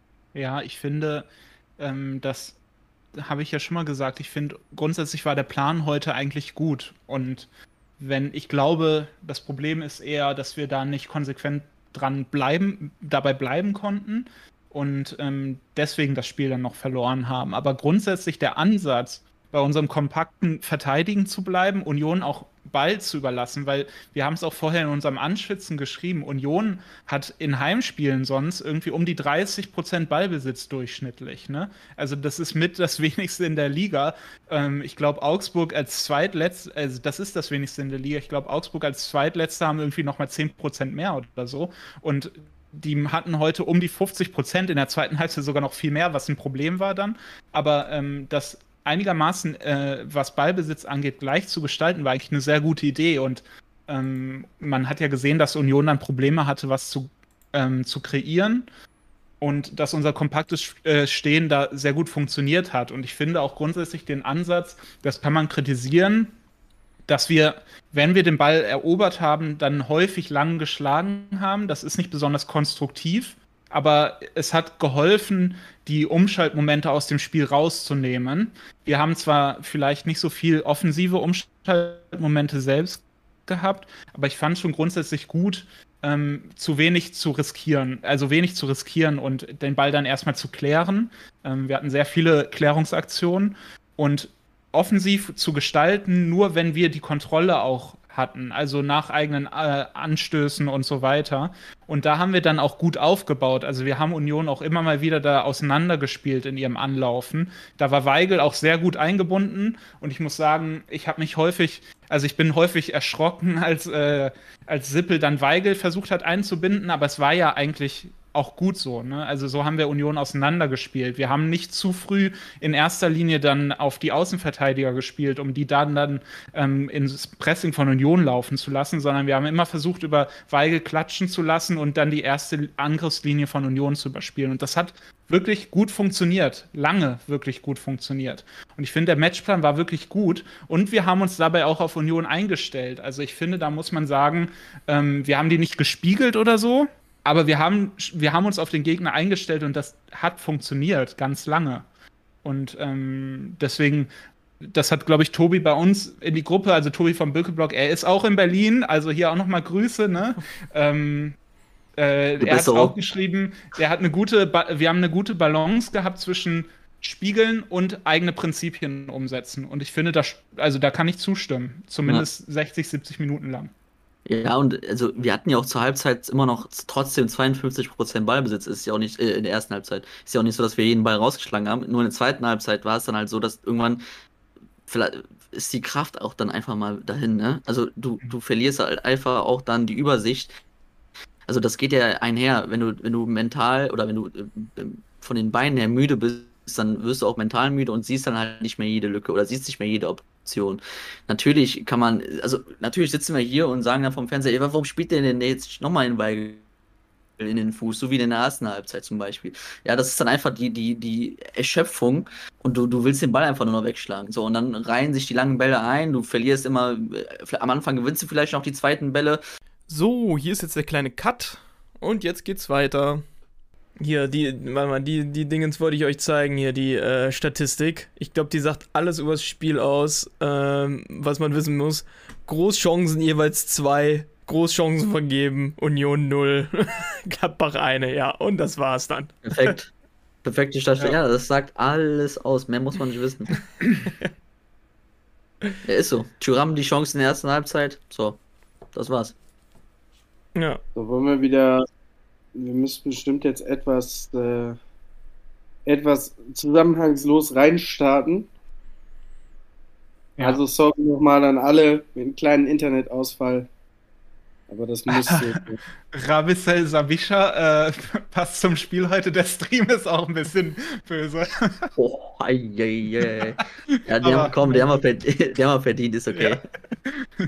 Ja, ich finde, ähm, das habe ich ja schon mal gesagt, ich finde, grundsätzlich war der Plan heute eigentlich gut. Und wenn ich glaube, das Problem ist eher, dass wir da nicht konsequent dran bleiben, dabei bleiben konnten und ähm, deswegen das Spiel dann noch verloren haben. Aber grundsätzlich der Ansatz, bei unserem kompakten Verteidigen zu bleiben, Union auch Ball zu überlassen, weil wir haben es auch vorher in unserem Anschwitzen geschrieben, Union hat in Heimspielen sonst irgendwie um die dreißig Prozent Ballbesitz durchschnittlich. Ne? Also das ist mit das wenigste in der Liga. Ähm, ich glaube, Augsburg als Zweitletzter, also das ist das wenigste in der Liga. Ich glaube, Augsburg als Zweitletzter haben irgendwie nochmal zehn Prozent mehr oder so. Und die hatten heute um die fünfzig Prozent, in der zweiten Halbzeit sogar noch viel mehr, was ein Problem war dann. Aber ähm, das einigermaßen, äh, was Ballbesitz angeht, gleich zu gestalten, war eigentlich eine sehr gute Idee. Und ähm, man hat ja gesehen, dass Union dann Probleme hatte, was zu, ähm, zu kreieren. Und dass unser kompaktes äh, Stehen da sehr gut funktioniert hat. Und ich finde auch grundsätzlich den Ansatz, das kann man kritisieren, dass wir, wenn wir den Ball erobert haben, dann häufig lang geschlagen haben. Das ist nicht besonders konstruktiv. Aber es hat geholfen, die Umschaltmomente aus dem Spiel rauszunehmen. Wir haben zwar vielleicht nicht so viel offensive Umschaltmomente selbst gehabt, aber ich fand schon grundsätzlich gut, ähm, zu wenig zu riskieren, also wenig zu riskieren und den Ball dann erstmal zu klären. Ähm, wir hatten sehr viele Klärungsaktionen und offensiv zu gestalten, nur wenn wir die Kontrolle auch hatten, also nach eigenen äh, Anstößen und so weiter. Und da haben wir dann auch gut aufgebaut. Also wir haben Union auch immer mal wieder da auseinandergespielt in ihrem Anlaufen. Da war Weigl auch sehr gut eingebunden und ich muss sagen, ich habe mich häufig, also ich bin häufig erschrocken, als, äh, als Sippel dann Weigl versucht hat einzubinden, aber es war ja eigentlich auch gut so, ne? Also so haben wir Union auseinandergespielt. Wir haben nicht zu früh in erster Linie dann auf die Außenverteidiger gespielt, um die dann, dann ähm, ins Pressing von Union laufen zu lassen, sondern wir haben immer versucht, über Weigl klatschen zu lassen und dann die erste Angriffslinie von Union zu überspielen. Und das hat wirklich gut funktioniert. Lange wirklich gut funktioniert. Und ich finde, der Matchplan war wirklich gut. Und wir haben uns dabei auch auf Union eingestellt. Also ich finde, da muss man sagen, ähm, wir haben die nicht gespiegelt oder so, aber wir haben, wir haben uns auf den Gegner eingestellt und das hat funktioniert, ganz lange. Und ähm, deswegen, das hat, glaube ich, Tobi bei uns in die Gruppe, also Tobi vom Bökelblock, er ist auch in Berlin, also hier auch nochmal Grüße, ne? ähm, äh, er hat auch geschrieben, er hat eine gute, ba wir haben eine gute Balance gehabt zwischen Spiegeln und eigene Prinzipien umsetzen. Und ich finde, das, also da kann ich zustimmen. Zumindest ja. sechzig, siebzig Minuten lang. Ja, und also wir hatten ja auch zur Halbzeit immer noch trotzdem zweiundfünfzig Prozent Ballbesitz. Ist ja auch nicht äh, in der ersten Halbzeit. Ist ja auch nicht so, dass wir jeden Ball rausgeschlagen haben. Nur in der zweiten Halbzeit war es dann halt so, dass irgendwann vielleicht ist die Kraft auch dann einfach mal dahin, ne? Also du, du verlierst halt einfach auch dann die Übersicht. Also das geht ja einher, wenn du, wenn du mental oder wenn du äh, von den Beinen her müde bist, dann wirst du auch mental müde und siehst dann halt nicht mehr jede Lücke oder siehst nicht mehr jede Option. Natürlich kann man, also natürlich sitzen wir hier und sagen dann vom Fernseher, ey, warum spielt der denn jetzt nochmal den Ball in den Fuß, so wie in der ersten Halbzeit zum Beispiel. Ja, das ist dann einfach die, die, die Erschöpfung und du, du willst den Ball einfach nur noch wegschlagen. So, und dann reihen sich die langen Bälle ein, du verlierst immer, am Anfang gewinnst du vielleicht noch die zweiten Bälle. So, hier ist jetzt der kleine Cut und jetzt geht's weiter. Hier, die, warte mal, die, die Dingens wollte ich euch zeigen, hier, die äh, Statistik. Ich glaube, die sagt alles über das Spiel aus, ähm, was man wissen muss. Großchancen jeweils zwei, Großchancen vergeben, Union null, Gladbach eine, ja, und das war's dann. Perfekt. Perfekte Statistik, ja. ja, das sagt alles aus, mehr muss man nicht wissen. Ja, ist so. Thuram die Chance in der ersten Halbzeit, so, das war's. Ja. So, wollen wir wieder... Wir müssen bestimmt jetzt etwas, äh, etwas zusammenhangslos reinstarten. Ja. Also sorry nochmal an alle mit einem kleinen Internetausfall. Aber das muss so. Rabissel Savisha äh, passt zum Spiel heute. Der Stream ist auch ein bisschen böse. Oh, ei, ei, ei. Ja, der haben, komm, der haben, wir verdient, der haben wir verdient, ist okay. Ja.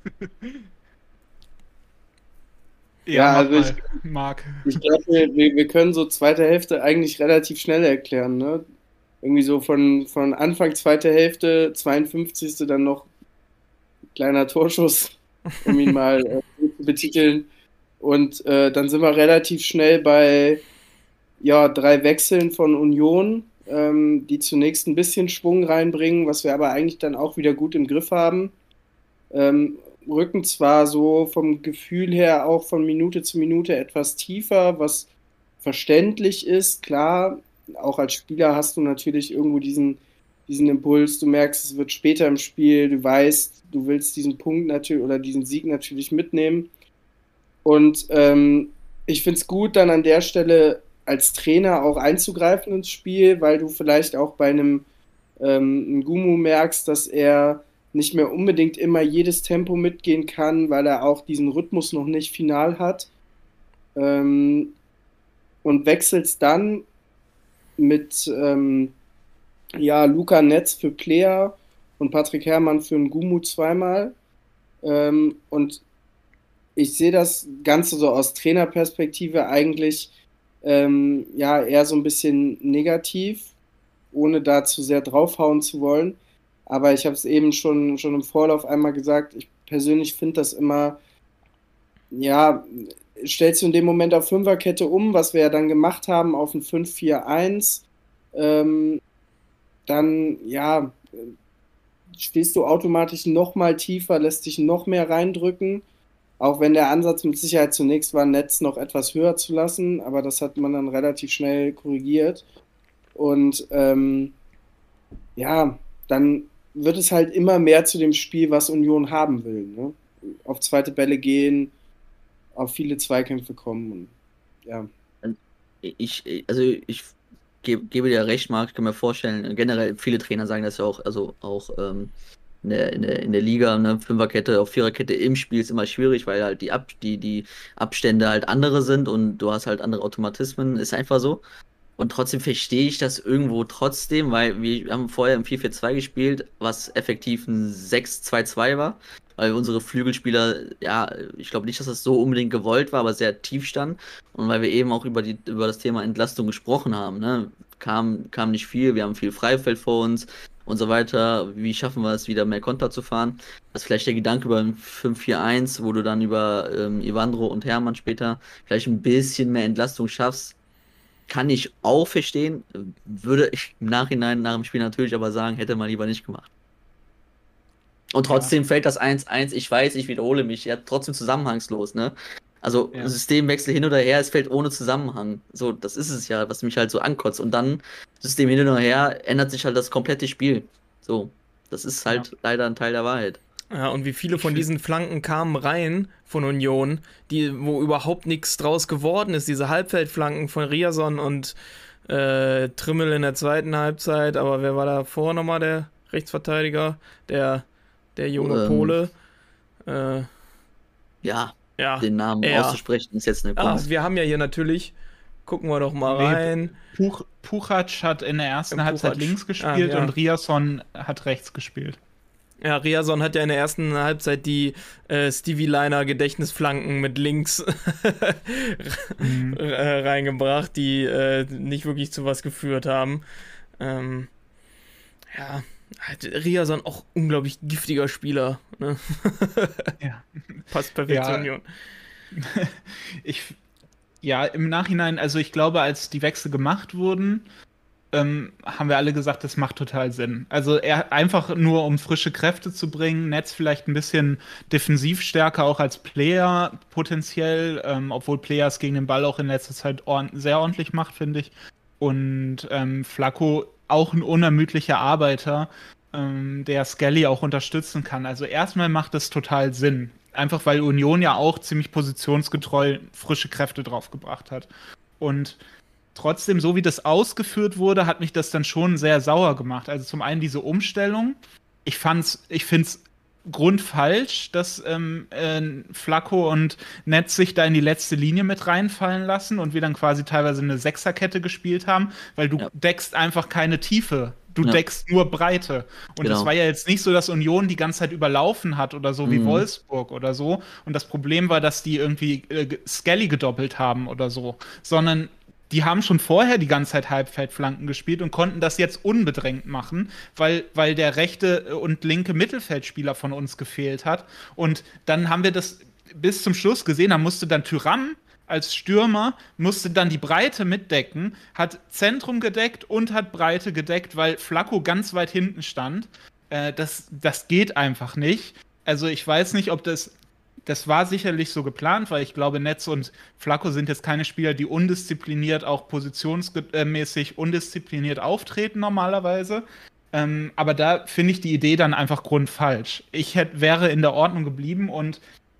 Ja, ja, also ich, Marc. Ich glaube, wir, wir können so zweite Hälfte eigentlich relativ schnell erklären, ne? Irgendwie so von, von Anfang zweite Hälfte, zweiundfünfzigste dann noch kleiner Torschuss, um ihn mal äh, zu betiteln. Und äh, dann sind wir relativ schnell bei ja, drei Wechseln von Union, ähm, die zunächst ein bisschen Schwung reinbringen, was wir aber eigentlich dann auch wieder gut im Griff haben. Ähm, rücken zwar so vom Gefühl her auch von Minute zu Minute etwas tiefer, was verständlich ist, klar, auch als Spieler hast du natürlich irgendwo diesen, diesen Impuls, du merkst, es wird später im Spiel, du weißt, du willst diesen Punkt natürlich oder diesen Sieg natürlich mitnehmen und ähm, ich finde es gut, dann an der Stelle als Trainer auch einzugreifen ins Spiel, weil du vielleicht auch bei einem ähm, Ngumu merkst, dass er nicht mehr unbedingt immer jedes Tempo mitgehen kann, weil er auch diesen Rhythmus noch nicht final hat. Ähm, und wechselst dann mit ähm, ja, Luca Netz für Player und Patrick Herrmann für Ngumu zweimal. Ähm, und ich sehe das Ganze so aus Trainerperspektive eigentlich ähm, ja, eher so ein bisschen negativ, ohne da zu sehr draufhauen zu wollen. Aber ich habe es eben schon, schon im Vorlauf einmal gesagt, ich persönlich finde das immer, ja, stellst du in dem Moment auf Fünferkette um, was wir ja dann gemacht haben, auf ein fünf vier eins, ähm, dann, ja, stehst du automatisch noch mal tiefer, lässt dich noch mehr reindrücken, auch wenn der Ansatz mit Sicherheit zunächst war, Netz noch etwas höher zu lassen, aber das hat man dann relativ schnell korrigiert. Und, ähm, ja, dann wird es halt immer mehr zu dem Spiel, was Union haben will. Ne? Auf zweite Bälle gehen, auf viele Zweikämpfe kommen. Und, ja. Ich, also ich gebe, gebe dir recht, Marc, ich kann mir vorstellen, generell viele Trainer sagen das ja auch, also auch ähm, in der, in der, in der Liga, ne, Fünferkette auf Viererkette im Spiel ist immer schwierig, weil halt die, Ab die, die Abstände halt andere sind und du hast halt andere Automatismen, ist einfach so. Und trotzdem verstehe ich das irgendwo trotzdem, weil wir haben vorher im vier vier zwei gespielt, was effektiv ein sechs zwei zwei war, weil unsere Flügelspieler, ja, ich glaube nicht, dass das so unbedingt gewollt war, aber sehr tief stand und weil wir eben auch über die über das Thema Entlastung gesprochen haben, ne, kam, kam nicht viel, wir haben viel Freifeld vor uns und so weiter. Wie schaffen wir es wieder mehr Konter zu fahren? Das ist vielleicht der Gedanke über ein fünf vier eins, wo du dann über ähm, Evandro und Hermann später vielleicht ein bisschen mehr Entlastung schaffst. Kann ich auch verstehen, würde ich im Nachhinein nach dem Spiel natürlich aber sagen, hätte man lieber nicht gemacht. Und trotzdem ja. fällt das eins eins, ich weiß, ich wiederhole mich, ja, trotzdem zusammenhangslos, ne? Also ja. Systemwechsel hin oder her, es fällt ohne Zusammenhang. So, das ist es ja, was mich halt so ankotzt. Und dann, System hin oder her, ändert sich halt das komplette Spiel. So, das ist halt ja. leider ein Teil der Wahrheit. Ja, und wie viele von diesen Flanken kamen rein von Union, die, wo überhaupt nichts draus geworden ist. Diese Halbfeldflanken von Riason und äh, Trimmel in der zweiten Halbzeit. Aber wer war da vor nochmal der Rechtsverteidiger? Der, der junge ähm, Pole. Äh, ja, ja, den Namen ja. auszusprechen ist jetzt eine Kunst. Ah, wir haben ja hier natürlich, gucken wir doch mal nee, rein. Puch, Puchac hat in der ersten Puchac. Halbzeit links gespielt ah, ja. und Riason hat rechts gespielt. Ja, Riason hat ja in der ersten Halbzeit die äh, Stevie Liner Gedächtnisflanken mit links mhm. reingebracht, die äh, nicht wirklich zu was geführt haben. Ähm, ja, Riason auch unglaublich giftiger Spieler. Ne? Ja. Passt perfekt ja. zur Union. Ich, ja, im Nachhinein, also ich glaube, als die Wechsel gemacht wurden, Ähm, haben wir alle gesagt, das macht total Sinn. Also er, einfach nur, um frische Kräfte zu bringen, Netz vielleicht ein bisschen defensiv stärker, auch als Player potenziell, ähm, obwohl Player es gegen den Ball auch in letzter Zeit ordn- sehr ordentlich macht, finde ich. Und ähm, Flacco auch ein unermüdlicher Arbeiter, ähm, der Skelly auch unterstützen kann. Also erstmal macht das total Sinn. Einfach weil Union ja auch ziemlich positionsgetreu frische Kräfte draufgebracht hat. Und trotzdem, so wie das ausgeführt wurde, hat mich das dann schon sehr sauer gemacht. Also zum einen diese Umstellung. Ich fand's, ich find's grundfalsch, dass ähm, äh, Flacco und Netz sich da in die letzte Linie mit reinfallen lassen und wir dann quasi teilweise eine Sechserkette gespielt haben, weil du ja. deckst einfach keine Tiefe. Du ja. deckst nur Breite. Und es genau. war ja jetzt nicht so, dass Union die ganze Zeit überlaufen hat oder so, mhm. wie Wolfsburg oder so. Und das Problem war, dass die irgendwie äh, Skelly gedoppelt haben oder so. Sondern die haben schon vorher die ganze Zeit Halbfeldflanken gespielt und konnten das jetzt unbedrängt machen, weil, weil der rechte und linke Mittelfeldspieler von uns gefehlt hat. Und dann haben wir das bis zum Schluss gesehen, da musste dann Thuram als Stürmer, musste dann die Breite mitdecken, hat Zentrum gedeckt und hat Breite gedeckt, weil Flacco ganz weit hinten stand. Äh, das, das geht einfach nicht. Also ich weiß nicht, ob das Das war sicherlich so geplant, weil ich glaube, Netz und Flacco sind jetzt keine Spieler, die undiszipliniert, auch positionsmäßig undiszipliniert auftreten normalerweise. Ähm, aber da finde ich die Idee dann einfach grundfalsch. Ich hätt, wäre in der Ordnung geblieben und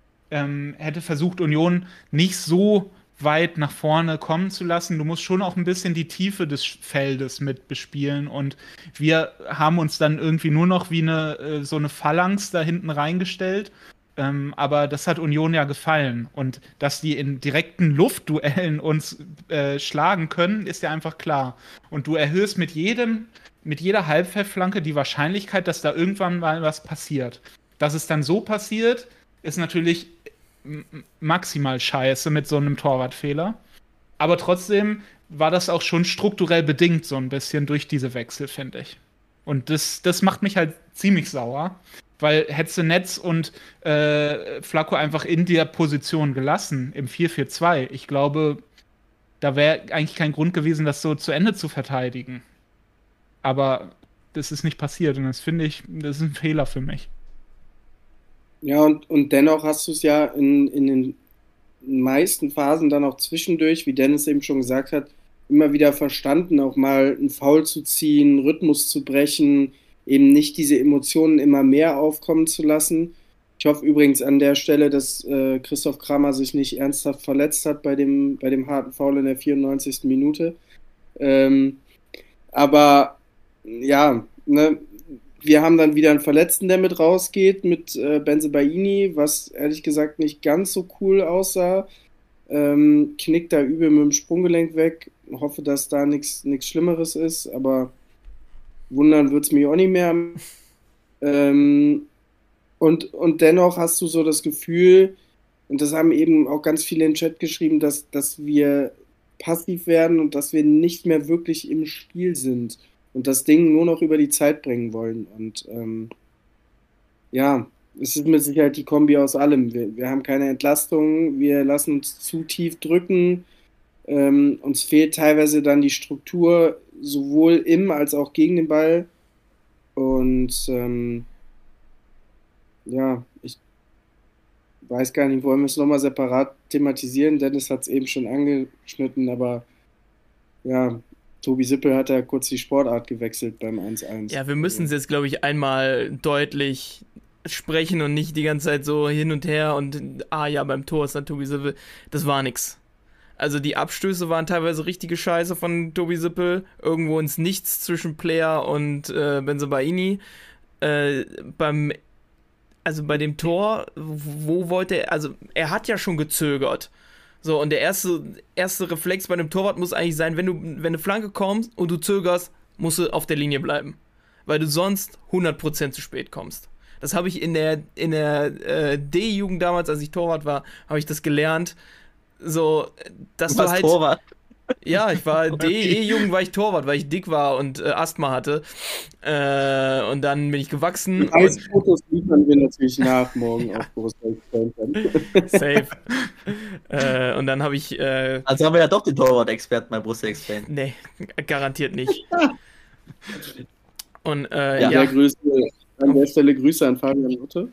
ähm, hätte versucht, Union nicht so weit nach vorne kommen zu lassen. Du musst schon auch ein bisschen die Tiefe des Feldes mit bespielen. Und wir haben uns dann irgendwie nur noch wie eine äh, so eine Phalanx da hinten reingestellt. Ähm, aber das hat Union ja gefallen. Und dass die in direkten Luftduellen uns äh, schlagen können, ist ja einfach klar. Und du erhöhst mit jedem, mit jeder Halbfeldflanke die Wahrscheinlichkeit, dass da irgendwann mal was passiert. Dass es dann so passiert, ist natürlich m- maximal scheiße mit so einem Torwartfehler. Aber trotzdem war das auch schon strukturell bedingt so ein bisschen durch diese Wechsel, finde ich. Und das, das macht mich halt ziemlich sauer. Weil hättest du Netz und äh, Flacco einfach in der Position gelassen, im vier vier zwei, ich glaube, da wäre eigentlich kein Grund gewesen, das so zu Ende zu verteidigen. Aber das ist nicht passiert und das finde ich, das ist ein Fehler für mich. Ja, und, und dennoch hast du es ja in, in den meisten Phasen dann auch zwischendurch, wie Dennis eben schon gesagt hat, immer wieder verstanden, auch mal einen Foul zu ziehen, Rhythmus zu brechen, eben nicht diese Emotionen immer mehr aufkommen zu lassen. Ich hoffe übrigens an der Stelle, dass äh, Christoph Kramer sich nicht ernsthaft verletzt hat bei dem, bei dem harten Foul in der vierundneunzigsten Minute. Ähm, aber ja, ne, wir haben dann wieder einen Verletzten, der mit rausgeht, mit äh, Bensebaini, was ehrlich gesagt nicht ganz so cool aussah. Ähm, knickt da übel mit dem Sprunggelenk weg. Hoffe, dass da nichts Schlimmeres ist, aber wundern wird es mich auch nicht mehr. Ähm, und, und dennoch hast du so das Gefühl, und das haben eben auch ganz viele im Chat geschrieben, dass, dass wir passiv werden und dass wir nicht mehr wirklich im Spiel sind und das Ding nur noch über die Zeit bringen wollen. Und ähm, ja, es ist mit Sicherheit die Kombi aus allem. Wir, wir haben keine Entlastung, wir lassen uns zu tief drücken. Ähm, uns fehlt teilweise dann die Struktur, sowohl im als auch gegen den Ball. Und ähm, ja, ich weiß gar nicht, wollen wir es nochmal separat thematisieren? Dennis hat es eben schon angeschnitten, aber ja, Tobi Sippel hat ja kurz die Sportart gewechselt beim eins eins. Ja, wir müssen es jetzt, glaube ich, einmal deutlich sprechen und nicht die ganze Zeit so hin und her und ah ja, beim Tor ist dann Tobi Sippel. Das war nix. Also die Abstöße waren teilweise richtige Scheiße von Tobi Sippel. Irgendwo ins Nichts zwischen Player und äh, Bensebaini. Äh, beim Also bei dem Tor, wo wollte er, also er hat ja schon gezögert. So, und der erste, erste Reflex bei einem Torwart muss eigentlich sein, wenn du, wenn eine Flanke kommst und du zögerst, musst du auf der Linie bleiben. Weil du sonst hundert Prozent zu spät kommst. Das habe ich in der, in der äh, D-Jugend damals, als ich Torwart war, habe ich das gelernt. So, dass Du du warst halt. Torwart. Ja, ich war D E-Jugend, war ich Torwart, weil ich dick war und äh, Asthma hatte. Äh, und dann bin ich gewachsen. Die Und, Fotos liefern wir natürlich nach morgen auf Borussia Dortmund. safe. äh, und dann habe ich. Äh, Also haben wir ja doch den Torwart-Experten bei Borussia explained. nee, garantiert nicht. Und äh, Ja. ja, Ja, Grüße, an der Stelle Grüße an Fabian Lotte.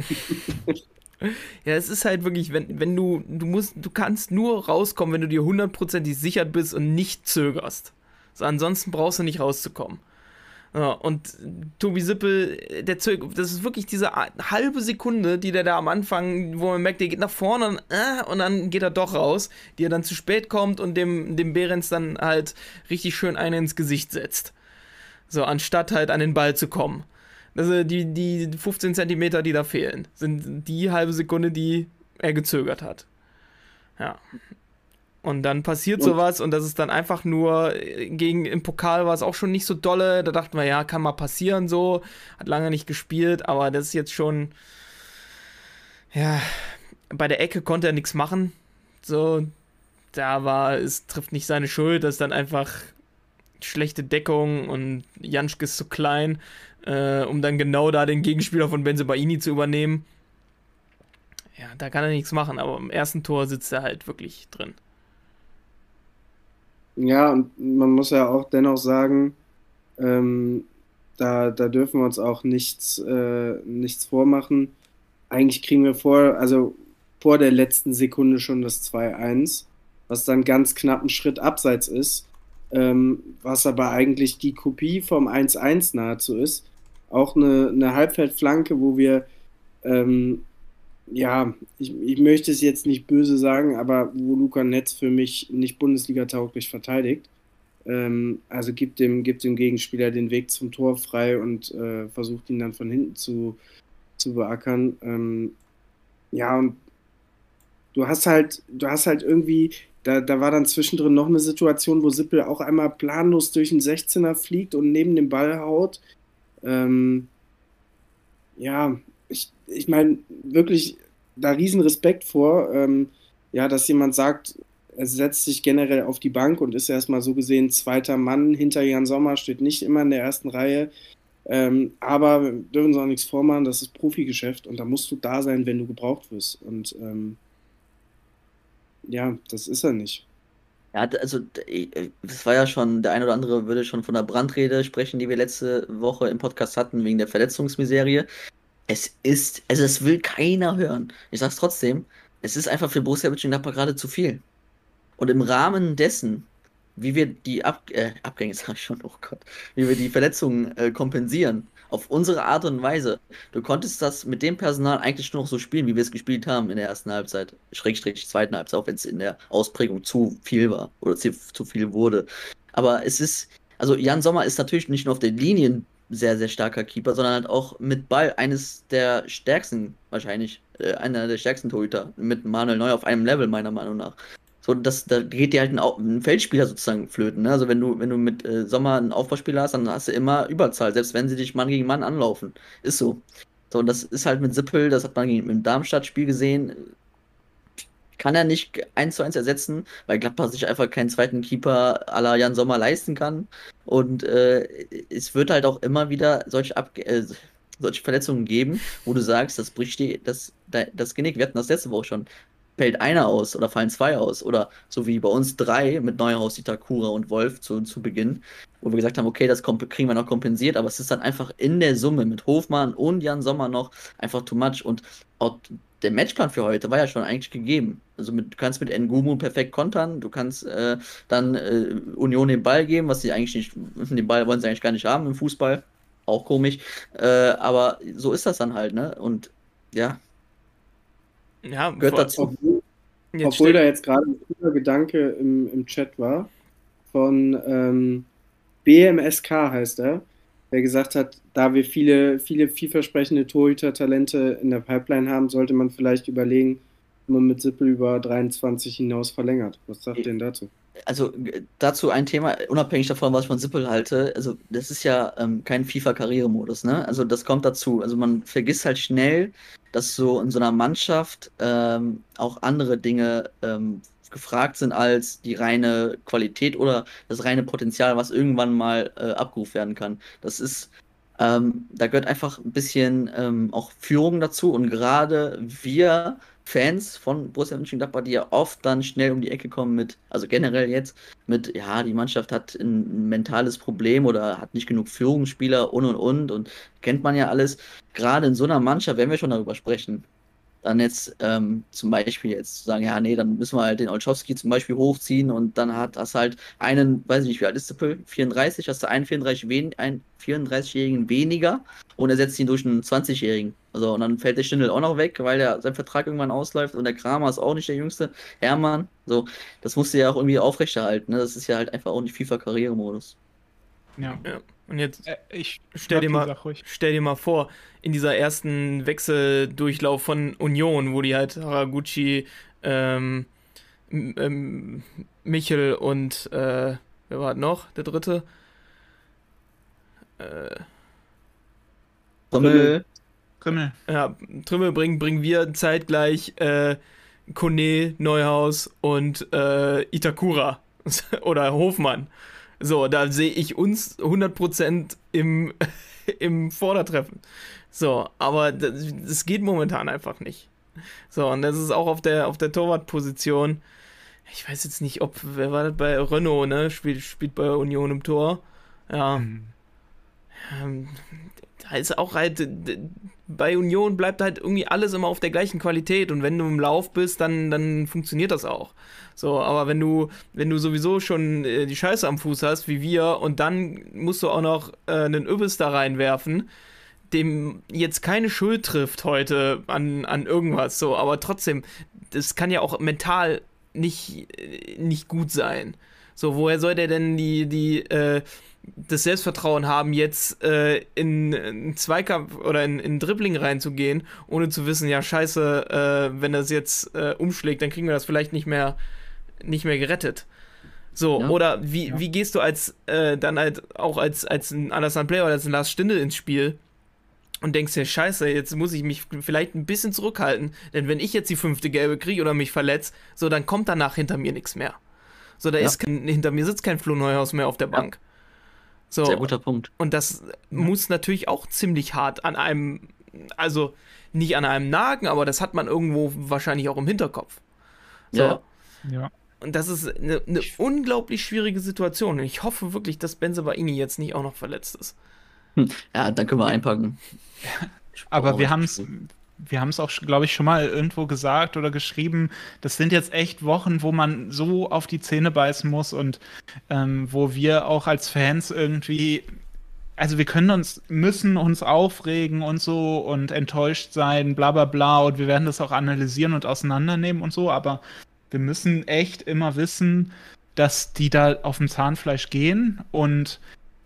ja, es ist halt wirklich, wenn, wenn du, du musst, du kannst nur rauskommen, wenn du dir hundertprozentig sicher bist und nicht zögerst. So, ansonsten brauchst du nicht rauszukommen. Ja, und Tobi Sippel, der zögert, das ist wirklich diese halbe Sekunde, die der da am Anfang, wo man merkt, der geht nach vorne und, äh, und dann geht er doch raus, die er dann zu spät kommt und dem, dem Behrens dann halt richtig schön eine ins Gesicht setzt. So, anstatt halt an den Ball zu kommen. Also die, die fünfzehn Zentimeter, die da fehlen, sind die halbe Sekunde, die er gezögert hat. Ja. Und dann passiert sowas und das ist dann einfach nur gegen, im Pokal war es auch schon nicht so dolle. Da dachten wir, ja, kann mal passieren so. Hat lange nicht gespielt, aber das ist jetzt schon, ja, bei der Ecke konnte er nichts machen. So, da war, es trifft nicht seine Schuld, das ist dann einfach schlechte Deckung und Janschke ist zu klein, äh, um dann genau da den Gegenspieler von Bensebaini zu übernehmen. Ja, da kann er nichts machen, aber im ersten Tor sitzt er halt wirklich drin. Ja, und man muss ja auch dennoch sagen, ähm, da, da dürfen wir uns auch nichts, äh, nichts vormachen. Eigentlich kriegen wir vor, also vor der letzten Sekunde schon das zwei eins, was dann ganz knapp ein Schritt abseits ist, ähm, was aber eigentlich die Kopie vom eins eins nahezu ist. Auch eine, eine Halbfeldflanke, wo wir, ähm, ja, ich, ich möchte es jetzt nicht böse sagen, aber wo Luca Netz für mich nicht Bundesliga-tauglich verteidigt. Ähm, also gibt dem, gibt dem Gegenspieler den Weg zum Tor frei und äh, versucht ihn dann von hinten zu, zu beackern. Ähm, ja, und du hast halt, du hast halt irgendwie, da, da war dann zwischendrin noch eine Situation, wo Sippel auch einmal planlos durch den sechzehner fliegt und neben den Ball haut. Ähm, ja, ich, ich meine, wirklich da riesen Respekt vor, ähm, ja, dass jemand sagt, er setzt sich generell auf die Bank und ist erstmal so gesehen zweiter Mann hinter Jan Sommer, steht nicht immer in der ersten Reihe. Ähm, aber wir dürfen uns auch nichts vormachen, das ist Profigeschäft und da musst du da sein, wenn du gebraucht wirst. Und ähm, ja, das ist er nicht. Ja, d- also d- äh, das war ja schon, der ein oder andere würde schon von der Brandrede sprechen, die wir letzte Woche im Podcast hatten, wegen der Verletzungsmiserie. Es ist, also es will keiner hören. Ich sag's trotzdem, es ist einfach für Borussia Mönchengladbach gerade zu viel. Und im Rahmen dessen, wie wir die Ab äh, Abgänge, sag ich schon, oh Gott, wie wir die Verletzungen äh, kompensieren, auf unsere Art und Weise. Du konntest das mit dem Personal eigentlich nur noch so spielen, wie wir es gespielt haben in der ersten Halbzeit, Schrägstrich zweiten Halbzeit, auch wenn es in der Ausprägung zu viel war oder zu, zu viel wurde. Aber es ist, also Jan Sommer ist natürlich nicht nur auf der Linie ein sehr, sehr starker Keeper, sondern halt auch mit Ball eines der stärksten, wahrscheinlich, äh, einer der stärksten Torhüter, mit Manuel Neuer auf einem Level, meiner Meinung nach. So, das, da geht dir halt ein, Au- ein Feldspieler sozusagen flöten. Ne? Also wenn du, wenn du mit äh, Sommer einen Aufbauspieler hast, dann hast du immer Überzahl, selbst wenn sie dich Mann gegen Mann anlaufen. Ist so. So, und das ist halt mit Sippel, das hat man gegen, im Darmstadt-Spiel gesehen, kann er nicht eins zu eins ersetzen, weil Gladbach sich einfach keinen zweiten Keeper à la Jan Sommer leisten kann. Und äh, es wird halt auch immer wieder solche, Abge äh, solche Verletzungen geben, wo du sagst, das bricht dir das, das Genick. Wir hatten das letzte Woche schon. Fällt einer aus oder fallen zwei aus. Oder so wie bei uns drei mit Neuhaus, Itakura und Wolf zu, zu Beginn, wo wir gesagt haben, okay, das kriegen wir noch kompensiert, aber es ist dann einfach in der Summe mit Hofmann und Jan Sommer noch einfach too much. Und auch der Matchplan für heute war ja schon eigentlich gegeben. Also mit, du kannst mit Ngumu perfekt kontern, du kannst äh, dann äh, Union den Ball geben, was sie eigentlich nicht, den Ball wollen sie eigentlich gar nicht haben im Fußball. Auch komisch. Äh, aber so ist das dann halt, ne? Und ja, Ja, gehört vor- dazu. Obwohl, jetzt obwohl stell- da jetzt gerade ein cooler Gedanke im, im Chat war von ähm, B M S K heißt er, der gesagt hat, da wir viele, viele vielversprechende Torhüter-Talente in der Pipeline haben, sollte man vielleicht überlegen, wenn man mit Sippel über dreiundzwanzig hinaus verlängert. Was sagt ihr denn dazu? Also g- dazu ein Thema, unabhängig davon, was ich von Sippel halte, also das ist ja ähm, kein FIFA-Karrieremodus, ne? Also das kommt dazu. Also man vergisst halt schnell, dass so in so einer Mannschaft ähm, auch andere Dinge ähm, gefragt sind als die reine Qualität oder das reine Potenzial, was irgendwann mal äh, abgerufen werden kann. Das ist, ähm, da gehört einfach ein bisschen ähm, auch Führung dazu und gerade wir Fans von Borussia Mönchengladbach, die ja oft dann schnell um die Ecke kommen mit, also generell jetzt, mit, ja, die Mannschaft hat ein mentales Problem oder hat nicht genug Führungsspieler und und und und kennt man ja alles. Gerade in so einer Mannschaft, wenn wir schon darüber sprechen, dann jetzt ähm, zum Beispiel jetzt sagen, ja, nee, dann müssen wir halt den Olszewski zum Beispiel hochziehen und dann hat das halt einen, weiß ich nicht, wie alt ist Sippel? vierunddreißig, hast du einen vierunddreißig wen einen vierunddreißigjährigen weniger und ersetzt ihn durch einen zwanzigjährigen. Also und dann fällt der Stindl auch noch weg, weil der, sein Vertrag irgendwann ausläuft und der Kramer ist auch nicht der Jüngste. Hermann, so, das musst du ja auch irgendwie aufrechterhalten, ne? Das ist ja halt einfach auch nicht FIFA-Karrieremodus. Ja. Ja. Und jetzt Äh, ich Stell dir Maki, mal- sag ruhig. stell dir mal vor, in dieser ersten Wechseldurchlauf von Union, wo die halt Haraguchi, ähm, M- ähm, Michel und äh, wer war noch? Der dritte? Äh, Trommel, Krimmel. ja, Trümmel bringen, bringen wir zeitgleich äh, Kone, Neuhaus und äh, Itakura oder Hofmann. So, da sehe ich uns hundert Prozent im, im Vordertreffen. So, aber das, das geht momentan einfach nicht. So, und das ist auch auf der, auf der Torwartposition. Ich weiß jetzt nicht, ob, wer war das bei Renault, ne? Spielt, spielt bei Union im Tor. Ja. Ähm, da ist auch halt, d- bei Union bleibt halt irgendwie alles immer auf der gleichen Qualität und wenn du im Lauf bist, dann, dann funktioniert das auch. So, aber wenn du, wenn du sowieso schon äh, die Scheiße am Fuß hast, wie wir, und dann musst du auch noch äh, einen Übels da reinwerfen, dem jetzt keine Schuld trifft heute an, an irgendwas, so, aber trotzdem, das kann ja auch mental nicht, äh, nicht gut sein. So, woher soll der denn die, die, äh, das Selbstvertrauen haben, jetzt äh, in einen Zweikampf oder in, in Dribbling reinzugehen, ohne zu wissen, ja, scheiße, äh, wenn das jetzt äh, umschlägt, dann kriegen wir das vielleicht nicht mehr, nicht mehr gerettet. So, Ja. oder wie, Ja. wie gehst du als äh, dann halt auch als, als ein Alassane Player oder als ein Lars Stindl ins Spiel und denkst dir, scheiße, jetzt muss ich mich vielleicht ein bisschen zurückhalten, denn wenn ich jetzt die fünfte Gelbe kriege oder mich verletze, so, dann kommt danach hinter mir nichts mehr. So, da Ja. ist kein, hinter mir sitzt kein Flo Neuhaus mehr auf der Bank. So, sehr guter Punkt. und das muss natürlich auch ziemlich hart an einem, also nicht an einem nagen, aber das hat man irgendwo wahrscheinlich auch im Hinterkopf. So. Ja. Ja. Und das ist eine, eine unglaublich schwierige Situation. Und ich hoffe wirklich, dass Bensebaini jetzt nicht auch noch verletzt ist. Ja, dann können wir einpacken. Aber wir haben es wir haben es auch, glaube ich, schon mal irgendwo gesagt oder geschrieben, das sind jetzt echt Wochen, wo man so auf die Zähne beißen muss und ähm, wo wir auch als Fans irgendwie, also wir können uns, müssen uns aufregen und so und enttäuscht sein, bla bla bla, und wir werden das auch analysieren und auseinandernehmen und so, aber wir müssen echt immer wissen, dass die da auf dem Zahnfleisch gehen und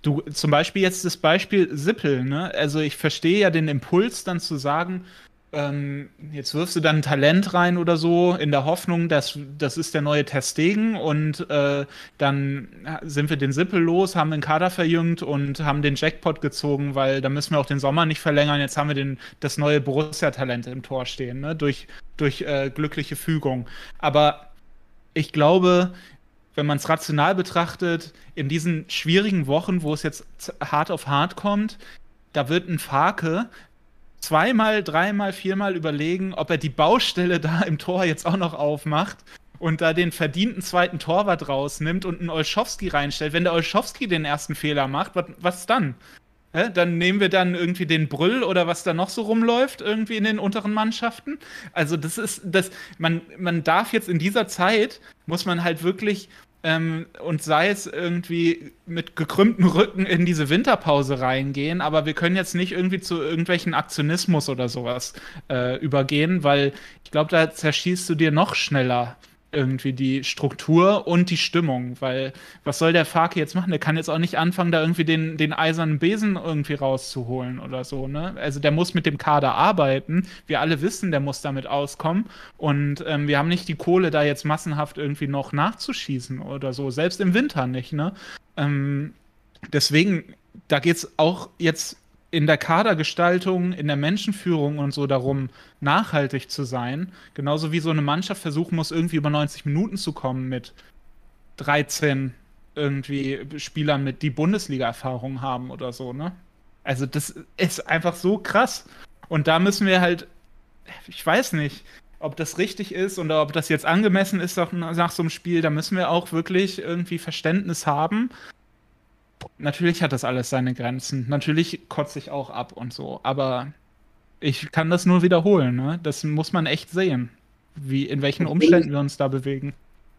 Du, zum Beispiel jetzt das Beispiel Sippel, ne? Also ich verstehe ja den Impuls dann zu sagen, ähm, jetzt wirfst du dann ein Talent rein oder so, in der Hoffnung, dass das ist der neue Ter Stegen und äh, dann sind wir den Sippel los, haben den Kader verjüngt und haben den Jackpot gezogen, weil da müssen wir auch den Sommer nicht verlängern. Jetzt haben wir den, das neue Borussia-Talent im Tor stehen, ne? Durch, durch äh, glückliche Fügung. Aber ich glaube, wenn man es rational betrachtet, in diesen schwierigen Wochen, wo es jetzt z- hart auf hart kommt, da wird ein Farke zweimal, dreimal, viermal überlegen, ob er die Baustelle da im Tor jetzt auch noch aufmacht und da den verdienten zweiten Torwart rausnimmt und einen Olschowski reinstellt. Wenn der Olschowski den ersten Fehler macht, was, was dann? Hä? Dann nehmen wir dann irgendwie den Brüll oder was da noch so rumläuft, irgendwie in den unteren Mannschaften. Also das ist, das, man, man darf jetzt in dieser Zeit, muss man halt wirklich, ähm, und sei es irgendwie mit gekrümmtem Rücken in diese Winterpause reingehen, aber wir können jetzt nicht irgendwie zu irgendwelchen Aktionismus oder sowas äh, übergehen, weil ich glaube, da zerschießt du dir noch schneller irgendwie die Struktur und die Stimmung, weil was soll der Farke jetzt machen? Der kann jetzt auch nicht anfangen, da irgendwie den, den eisernen Besen irgendwie rauszuholen oder so, ne? Also der muss mit dem Kader arbeiten. Wir alle wissen, der muss damit auskommen und ähm, wir haben nicht die Kohle, da jetzt massenhaft irgendwie noch nachzuschießen oder so, selbst im Winter nicht, ne? Ähm, deswegen, da geht's auch jetzt in der Kadergestaltung, in der Menschenführung und so darum, nachhaltig zu sein. Genauso wie so eine Mannschaft versuchen muss, irgendwie über neunzig Minuten zu kommen mit dreizehn irgendwie Spielern, mit die Bundesliga-Erfahrung haben oder so, ne? Also das ist einfach so krass. Und da müssen wir halt, ich weiß nicht, ob das richtig ist oder ob das jetzt angemessen ist nach, nach so einem Spiel, da müssen wir auch wirklich irgendwie Verständnis haben. Natürlich hat das alles seine Grenzen. Natürlich kotze ich auch ab und so. Aber ich kann das nur wiederholen, ne? Das muss man echt sehen, wie, in welchen Obwohl Umständen ich- wir uns da bewegen.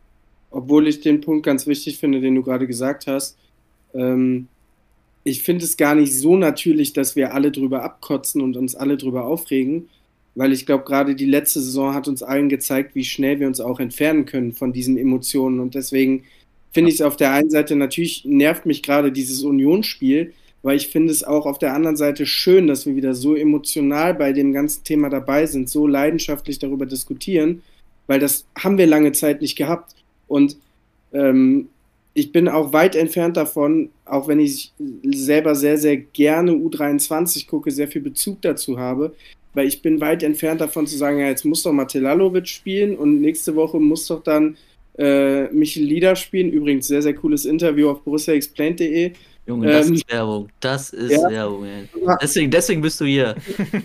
Obwohl ich den Punkt ganz wichtig finde, den du gerade gesagt hast. Ähm, ich finde es gar nicht so natürlich, dass wir alle drüber abkotzen und uns alle drüber aufregen, weil ich glaube, gerade die letzte Saison hat uns allen gezeigt, wie schnell wir uns auch entfernen können von diesen Emotionen. Und deswegen finde ich es auf der einen Seite, natürlich nervt mich gerade dieses Unionsspiel, weil ich finde es auch auf der anderen Seite schön, dass wir wieder so emotional bei dem ganzen Thema dabei sind, so leidenschaftlich darüber diskutieren, weil das haben wir lange Zeit nicht gehabt. Und ähm, ich bin auch weit entfernt davon, auch wenn ich selber sehr, sehr gerne U dreiundzwanzig gucke, sehr viel Bezug dazu habe, weil ich bin weit entfernt davon zu sagen, ja, jetzt muss doch Matelalovic spielen und nächste Woche muss doch dann äh, Michel Lieder spielen. Übrigens sehr, sehr cooles Interview auf borussia explained punkt de. Junge, das Ähm, ist Werbung. Das ist ja. Werbung, ey. Ja. Deswegen, deswegen bist du hier.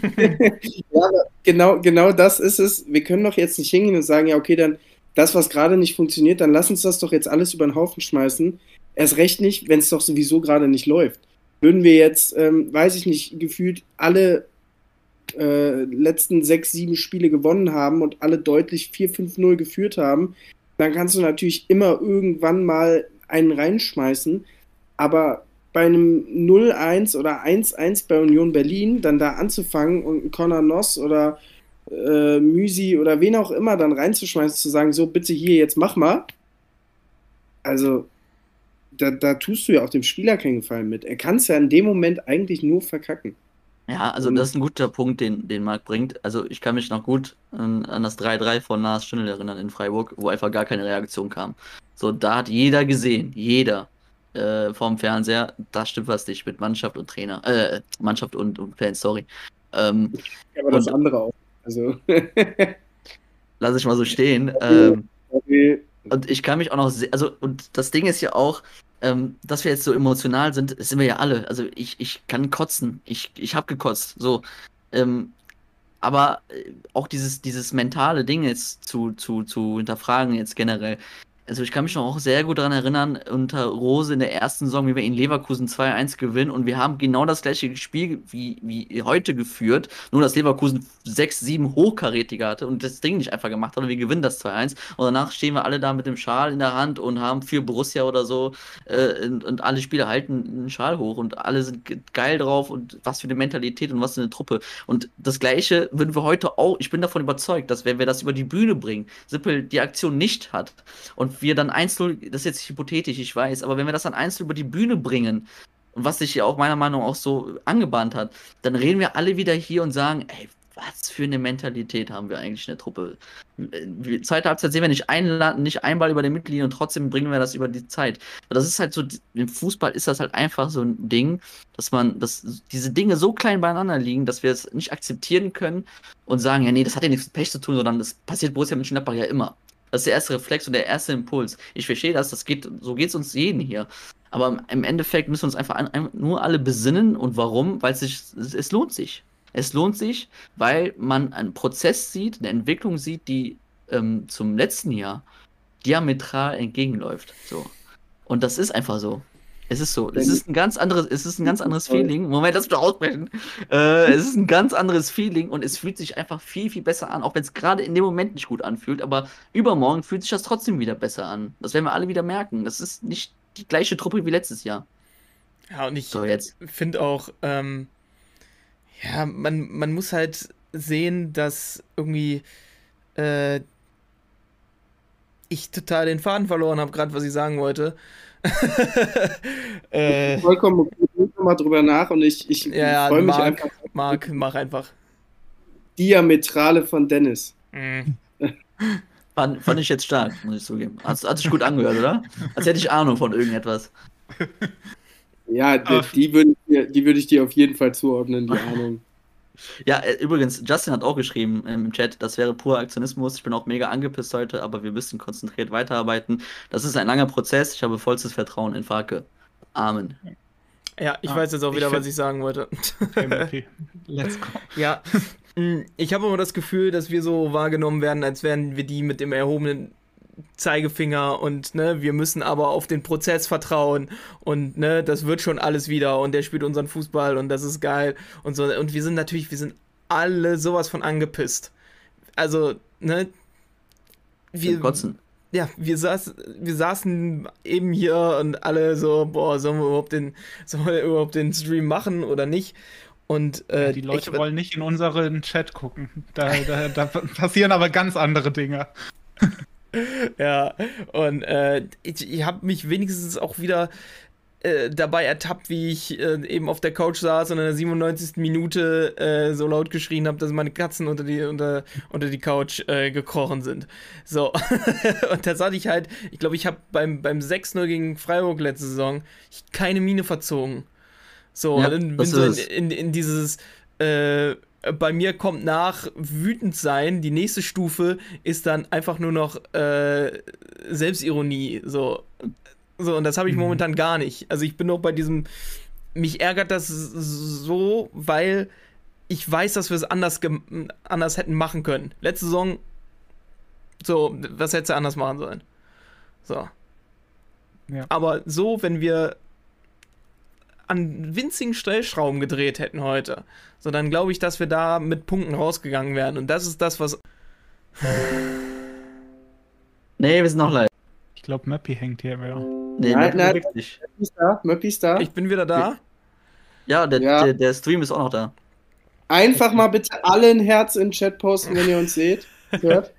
Ja, aber genau, genau das ist es. Wir können doch jetzt nicht hingehen und sagen, ja, okay, dann das, was gerade nicht funktioniert, dann lass uns das doch jetzt alles über den Haufen schmeißen. Erst recht nicht, wenn es doch sowieso gerade nicht läuft. Würden wir jetzt, ähm, weiß ich nicht, gefühlt alle äh, letzten sechs, sieben Spiele gewonnen haben und alle deutlich vier fünf null geführt haben, dann kannst du natürlich immer irgendwann mal einen reinschmeißen. Aber bei einem null eins oder eins eins bei Union Berlin dann da anzufangen und einen Conor Noss oder äh, Müsi oder wen auch immer dann reinzuschmeißen, zu sagen, so bitte hier, jetzt mach mal. Also, da, da tust du ja auch dem Spieler keinen Gefallen mit. Er kann es ja in dem Moment eigentlich nur verkacken. Ja, also das ist ein guter Punkt, den, den Marc bringt. Also ich kann mich noch gut an, an das drei drei von Lars Stindl erinnern in Freiburg, wo einfach gar keine Reaktion kam. So, da hat jeder gesehen, jeder äh, vorm Fernseher, da stimmt was nicht mit Mannschaft und Trainer, äh, Mannschaft und, und Fans, sorry. Ähm, Aber das Und- andere auch. Also, lass ich mal so stehen. Ähm, okay. Und ich kann mich auch noch, se- also, und das Ding ist ja auch, ähm, dass wir jetzt so emotional sind, das sind wir ja alle. Also ich, ich kann kotzen. Ich, ich hab gekotzt. So. Ähm, aber äh, auch dieses, dieses mentale Ding jetzt zu, zu, zu hinterfragen jetzt generell. Also ich kann mich noch auch sehr gut daran erinnern, unter Rose in der ersten Saison, wie wir in Leverkusen zwei eins gewinnen und wir haben genau das gleiche Spiel wie, wie heute geführt, nur dass Leverkusen sechs, sieben Hochkarätige hatte und das Ding nicht einfach gemacht hat und wir gewinnen das zwei eins und danach stehen wir alle da mit dem Schal in der Hand und haben für Borussia oder so äh, und, und alle Spieler halten einen Schal hoch und alle sind ge- geil drauf und was für eine Mentalität und was für eine Truppe. Und das Gleiche würden wir heute auch, ich bin davon überzeugt, dass wenn wir das über die Bühne bringen, Sippel die Aktion nicht hat und wir dann eins null, das ist jetzt hypothetisch, ich weiß, aber wenn wir das dann eins null über die Bühne bringen und was sich ja auch meiner Meinung nach auch so angebahnt hat, dann reden wir alle wieder hier und sagen, ey, was für eine Mentalität haben wir eigentlich in der Truppe. Äh, Zweite Halbzeit sehen wir nicht einen, La- nicht einen Ball über die Mittellinie und trotzdem bringen wir das über die Zeit. Das ist halt so, im Fußball ist das halt einfach so ein Ding, dass man, dass diese Dinge so klein beieinander liegen, dass wir es nicht akzeptieren können und sagen, ja nee, das hat ja nichts mit Pech zu tun, sondern das passiert Borussia Mönchengladbach ja immer. Das ist der erste Reflex und der erste Impuls. Ich verstehe das, das geht, so geht es uns jeden hier. Aber im- im Endeffekt müssen wir uns einfach an, ein- nur alle besinnen. Und warum? Weil es sich, es, es lohnt sich. Es lohnt sich, weil man einen Prozess sieht, eine Entwicklung sieht, die ähm, zum letzten Jahr diametral entgegenläuft. So. Und das ist einfach so. Es ist so. Es ist ein ganz anderes, es ist ein ganz anderes Feeling. Moment, lass mich doch aussprechen. Äh, es ist ein ganz anderes Feeling und es fühlt sich einfach viel, viel besser an, auch wenn es gerade in dem Moment nicht gut anfühlt. Aber übermorgen fühlt sich das trotzdem wieder besser an. Das werden wir alle wieder merken. Das ist nicht die gleiche Truppe wie letztes Jahr. Ja, und ich So, jetzt. finde auch, ähm, ja, man, man muss halt sehen, dass irgendwie äh, ich total den Faden verloren habe, gerade was ich sagen wollte. äh, Vollkommen okay, ich denk noch mal drüber nach und ich, ich ja, ja, freue mich Marc, einfach auf Marc, mach einfach. die Diametrale von Dennis. Mm. Fand, fand ich jetzt stark, muss ich zugeben. Hat, hat sich gut angehört, oder? Als hätte ich Ahnung von irgendetwas. Ja, die, Aber- die würde ich, dir- die würd ich dir auf jeden Fall zuordnen, die Ahnung. Ja, äh, übrigens, Justin hat auch geschrieben ähm, im Chat, das wäre purer Aktionismus. Ich bin auch mega angepisst heute, aber wir müssen konzentriert weiterarbeiten. Das ist ein langer Prozess. Ich habe vollstes Vertrauen in Farke. Amen. Ja, ich Ah, weiß jetzt auch ich wieder, find- was ich sagen wollte. Okay, Murphy. Let's go. Ja, mm, ich habe immer das Gefühl, dass wir so wahrgenommen werden, als wären wir die mit dem erhobenen Zeigefinger und ne, wir müssen aber auf den Prozess vertrauen und ne, das wird schon alles wieder und der spielt unseren Fußball und das ist geil und so und wir sind natürlich, wir sind alle sowas von angepisst. Also, ne, wir, Kotzen. ja, wir, saß, wir saßen eben hier und alle so, boah, sollen wir überhaupt den, sollen wir überhaupt den Stream machen oder nicht? Und äh, Die Leute ich, wollen nicht in unseren Chat gucken. Da, da, da passieren aber ganz andere Dinge. ja, und äh, ich, ich habe mich wenigstens auch wieder äh, dabei ertappt, wie ich äh, eben auf der Couch saß und in der siebenundneunzigsten Minute äh, so laut geschrien habe, dass meine Katzen unter die, unter, unter die Couch äh, gekrochen sind. So, und da saß ich halt, ich glaube, ich habe beim, beim sechs null gegen Freiburg letzte Saison ich keine Miene verzogen. So, Ja, und dann bin das so in, ist es. in, in dieses äh, bei mir kommt nach wütend sein, die nächste Stufe ist dann einfach nur noch äh, Selbstironie, so. So, und das habe ich Mhm. momentan gar nicht. Also ich bin noch bei diesem, mich ärgert das so, weil ich weiß, dass wir es anders, gem- anders hätten machen können. Letzte Saison, so, was hättest du anders machen sollen? So. Ja. Aber so, wenn wir an winzigen Stellschrauben gedreht hätten heute, so dann glaube ich, dass wir da mit Punkten rausgegangen wären. Und das ist das, was. Nee, wir sind noch live. Ich glaube, Murphy hängt hier mehr. Nee, Nein, Möppi nein. bewegt sich. Möppi ist da, Möppi ist da. Ich bin wieder da. Ja, der, Ja. Der, der Stream ist auch noch da. Einfach mal bitte alle ein Herz in den Chat posten, wenn ihr uns seht. Hört.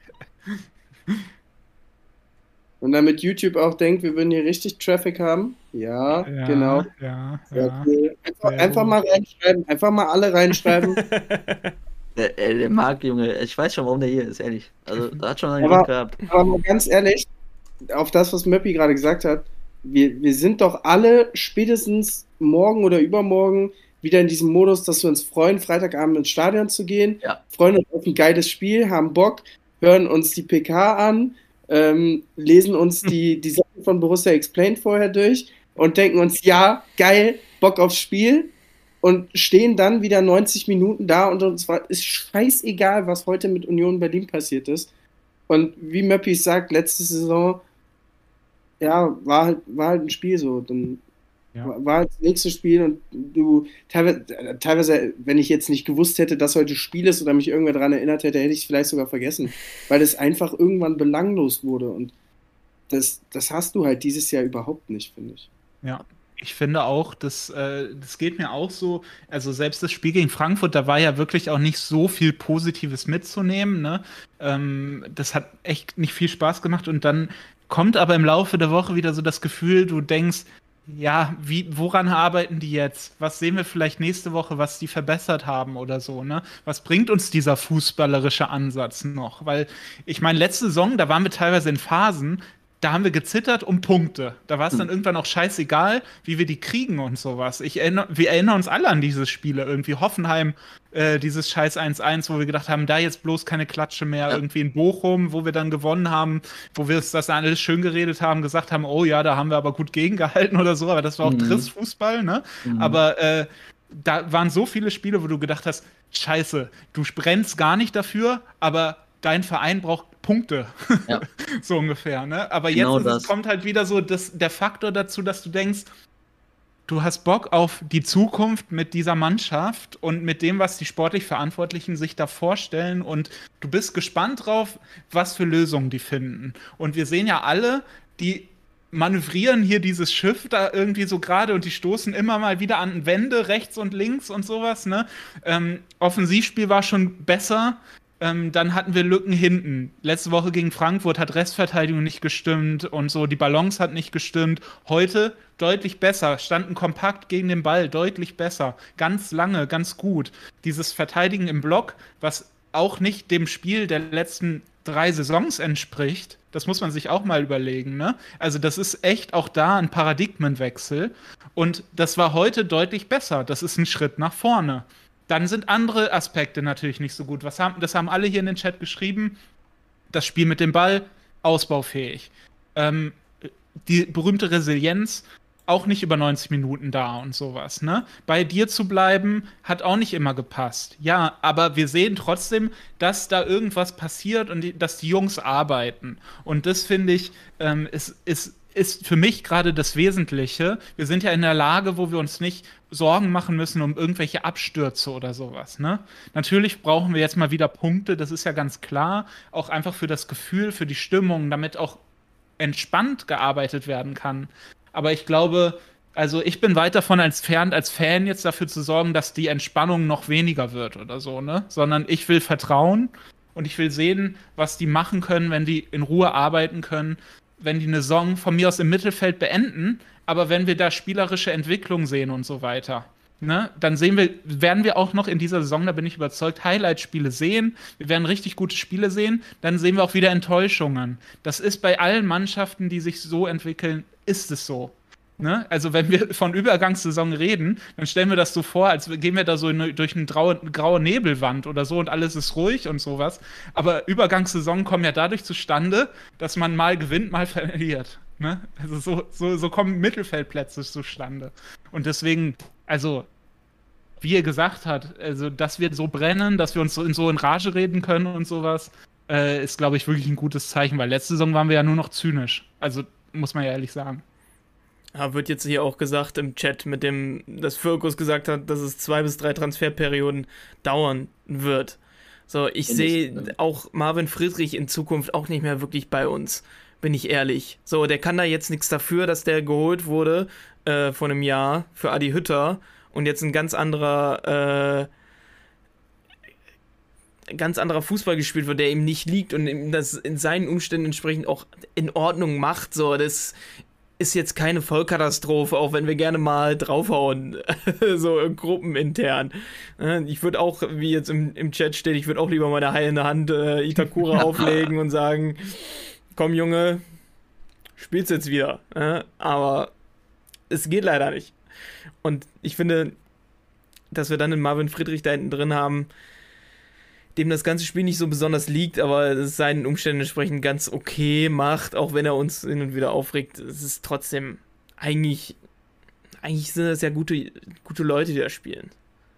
Und damit YouTube auch denkt, wir würden hier richtig Traffic haben. Ja, Ja, genau. Ja, Sehr ja. cool. Einfach, Sehr einfach gut. mal reinschreiben. Einfach mal alle reinschreiben. Der, äh, der Marc, Junge, ich weiß schon, warum der hier ist, ehrlich. Also, da hat schon einen Aber- Grund gehabt. Aber mal ganz ehrlich, auf das, was Möppi gerade gesagt hat, wir, wir sind doch alle spätestens morgen oder übermorgen wieder in diesem Modus, dass wir uns freuen, Freitagabend ins Stadion zu gehen, Ja. freuen uns auf ein geiles Spiel, haben Bock, hören uns die P K an, ähm, lesen uns die, die Sachen von Borussia Explained vorher durch und denken uns, ja, geil, Bock aufs Spiel und stehen dann wieder neunzig Minuten da und uns war, ist scheißegal, was heute mit Union Berlin passiert ist. Und wie Möppi sagt, letzte Saison, ja, war halt, war halt ein Spiel so. Dann Ja. war war halt das nächste Spiel und du, teilweise, teilweise, wenn ich jetzt nicht gewusst hätte, dass heute Spiel ist oder mich irgendwer daran erinnert hätte, hätte ich es vielleicht sogar vergessen, weil es einfach irgendwann belanglos wurde und das, das hast du halt dieses Jahr überhaupt nicht, finde ich. Ja, ich finde auch, das, äh, das geht mir auch so. Also selbst das Spiel gegen Frankfurt, da war ja wirklich auch nicht so viel Positives mitzunehmen. Ne? Ähm, das hat echt nicht viel Spaß gemacht und dann kommt aber im Laufe der Woche wieder so das Gefühl, du denkst, ja, wie, woran arbeiten die jetzt? Was sehen wir vielleicht nächste Woche, was die verbessert haben oder so, ne? Was bringt uns dieser fußballerische Ansatz noch? Weil, ich meine, letzte Saison, da waren wir teilweise in Phasen, da haben wir gezittert um Punkte. Da war es dann irgendwann auch scheißegal, wie wir die kriegen und sowas. Ich erinnere, wir erinnern uns alle an diese Spiele irgendwie. Hoffenheim, äh, dieses scheiß eins eins, wo wir gedacht haben, da jetzt bloß keine Klatsche mehr. Ja. Irgendwie in Bochum, wo wir dann gewonnen haben, wo wir uns das alles schön geredet haben, gesagt haben, oh ja, da haben wir aber gut gegengehalten oder so. Aber das war auch Mhm. Triss-Fußball, ne? Mhm. Aber äh, da waren so viele Spiele, wo du gedacht hast, scheiße, du brennst gar nicht dafür, aber dein Verein braucht Punkte. Ja. So ungefähr, ne? Aber Genau jetzt ist es, das. kommt halt wieder so das, der Faktor dazu, dass du denkst, du hast Bock auf die Zukunft mit dieser Mannschaft und mit dem, was die sportlich Verantwortlichen sich da vorstellen, und du bist gespannt drauf, was für Lösungen die finden. Und wir sehen ja alle, die manövrieren hier dieses Schiff da irgendwie so gerade und die stoßen immer mal wieder an Wände rechts und links und sowas, ne? Ähm, Offensivspiel war schon besser. Ähm, dann hatten wir Lücken hinten. Letzte Woche gegen Frankfurt hat Restverteidigung nicht gestimmt und so, die Balance hat nicht gestimmt. Heute deutlich besser, standen kompakt gegen den Ball, deutlich besser. Ganz lange, ganz gut. Dieses Verteidigen im Block, was auch nicht dem Spiel der letzten drei Saisons entspricht, das muss man sich auch mal überlegen, ne? Also das ist echt auch da ein Paradigmenwechsel. Und das war heute deutlich besser. Das ist ein Schritt nach vorne. Dann sind andere Aspekte natürlich nicht so gut. Was haben, das haben alle hier in den Chat geschrieben. Das Spiel mit dem Ball, ausbaufähig. Ähm, die berühmte Resilienz, auch nicht über neunzig Minuten da und sowas, ne? Bei dir zu bleiben, hat auch nicht immer gepasst. Ja, aber wir sehen trotzdem, dass da irgendwas passiert und die, dass die Jungs arbeiten. Und das, finde ich, ähm, ist, ist ist für mich gerade das Wesentliche. Wir sind ja in der Lage, wo wir uns nicht Sorgen machen müssen um irgendwelche Abstürze oder sowas, ne? Natürlich brauchen wir jetzt mal wieder Punkte, das ist ja ganz klar. Auch einfach für das Gefühl, für die Stimmung, damit auch entspannt gearbeitet werden kann. Aber ich glaube, also ich bin weit davon entfernt, als Fan jetzt dafür zu sorgen, dass die Entspannung noch weniger wird oder so, ne? Sondern ich will vertrauen und ich will sehen, was die machen können, wenn die in Ruhe arbeiten können, wenn die eine Saison von mir aus im Mittelfeld beenden, aber wenn wir da spielerische Entwicklung sehen und so weiter, ne, dann sehen wir, werden wir auch noch in dieser Saison, da bin ich überzeugt, Highlight-Spiele sehen, wir werden richtig gute Spiele sehen, dann sehen wir auch wieder Enttäuschungen. Das ist bei allen Mannschaften, die sich so entwickeln, ist es so. Ne? Also wenn wir von Übergangssaison reden, dann stellen wir das so vor, als gehen wir da so in, durch eine graue, graue Nebelwand oder so und alles ist ruhig und sowas. Aber Übergangssaison kommen ja dadurch zustande, dass man mal gewinnt, mal verliert. Ne? Also so, so, so kommen Mittelfeldplätze zustande. Und deswegen, also wie ihr gesagt habt, also dass wir so brennen, dass wir uns so in, so in Rage reden können und sowas, äh, ist, glaube ich, wirklich ein gutes Zeichen, weil letzte Saison waren wir ja nur noch zynisch. Also muss man ja ehrlich sagen. Ja, wird jetzt hier auch gesagt im Chat, mit dem, dass Firkus gesagt hat, dass es zwei bis drei Transferperioden dauern wird. So, ich sehe auch Marvin Friedrich in Zukunft auch nicht mehr wirklich bei uns, bin ich ehrlich. So, der kann da jetzt nichts dafür, dass der geholt wurde äh, vor einem Jahr für Adi Hütter und jetzt ein ganz anderer, äh, ganz anderer Fußball gespielt wird, der ihm nicht liegt und ihm das in seinen Umständen entsprechend auch in Ordnung macht. So, das ist jetzt keine Vollkatastrophe, auch wenn wir gerne mal draufhauen, so gruppenintern. Ich würde auch, wie jetzt im, im Chat steht, ich würde auch lieber meine heilende Hand äh, Itakura auflegen und sagen, komm Junge, spiel's jetzt wieder. Äh, aber es geht leider nicht. Und ich finde, dass wir dann den Marvin Friedrich da hinten drin haben, dem das ganze Spiel nicht so besonders liegt, aber es seinen Umständen entsprechend ganz okay macht, auch wenn er uns hin und wieder aufregt. Es ist trotzdem eigentlich, eigentlich sind das ja gute, gute Leute, die da spielen.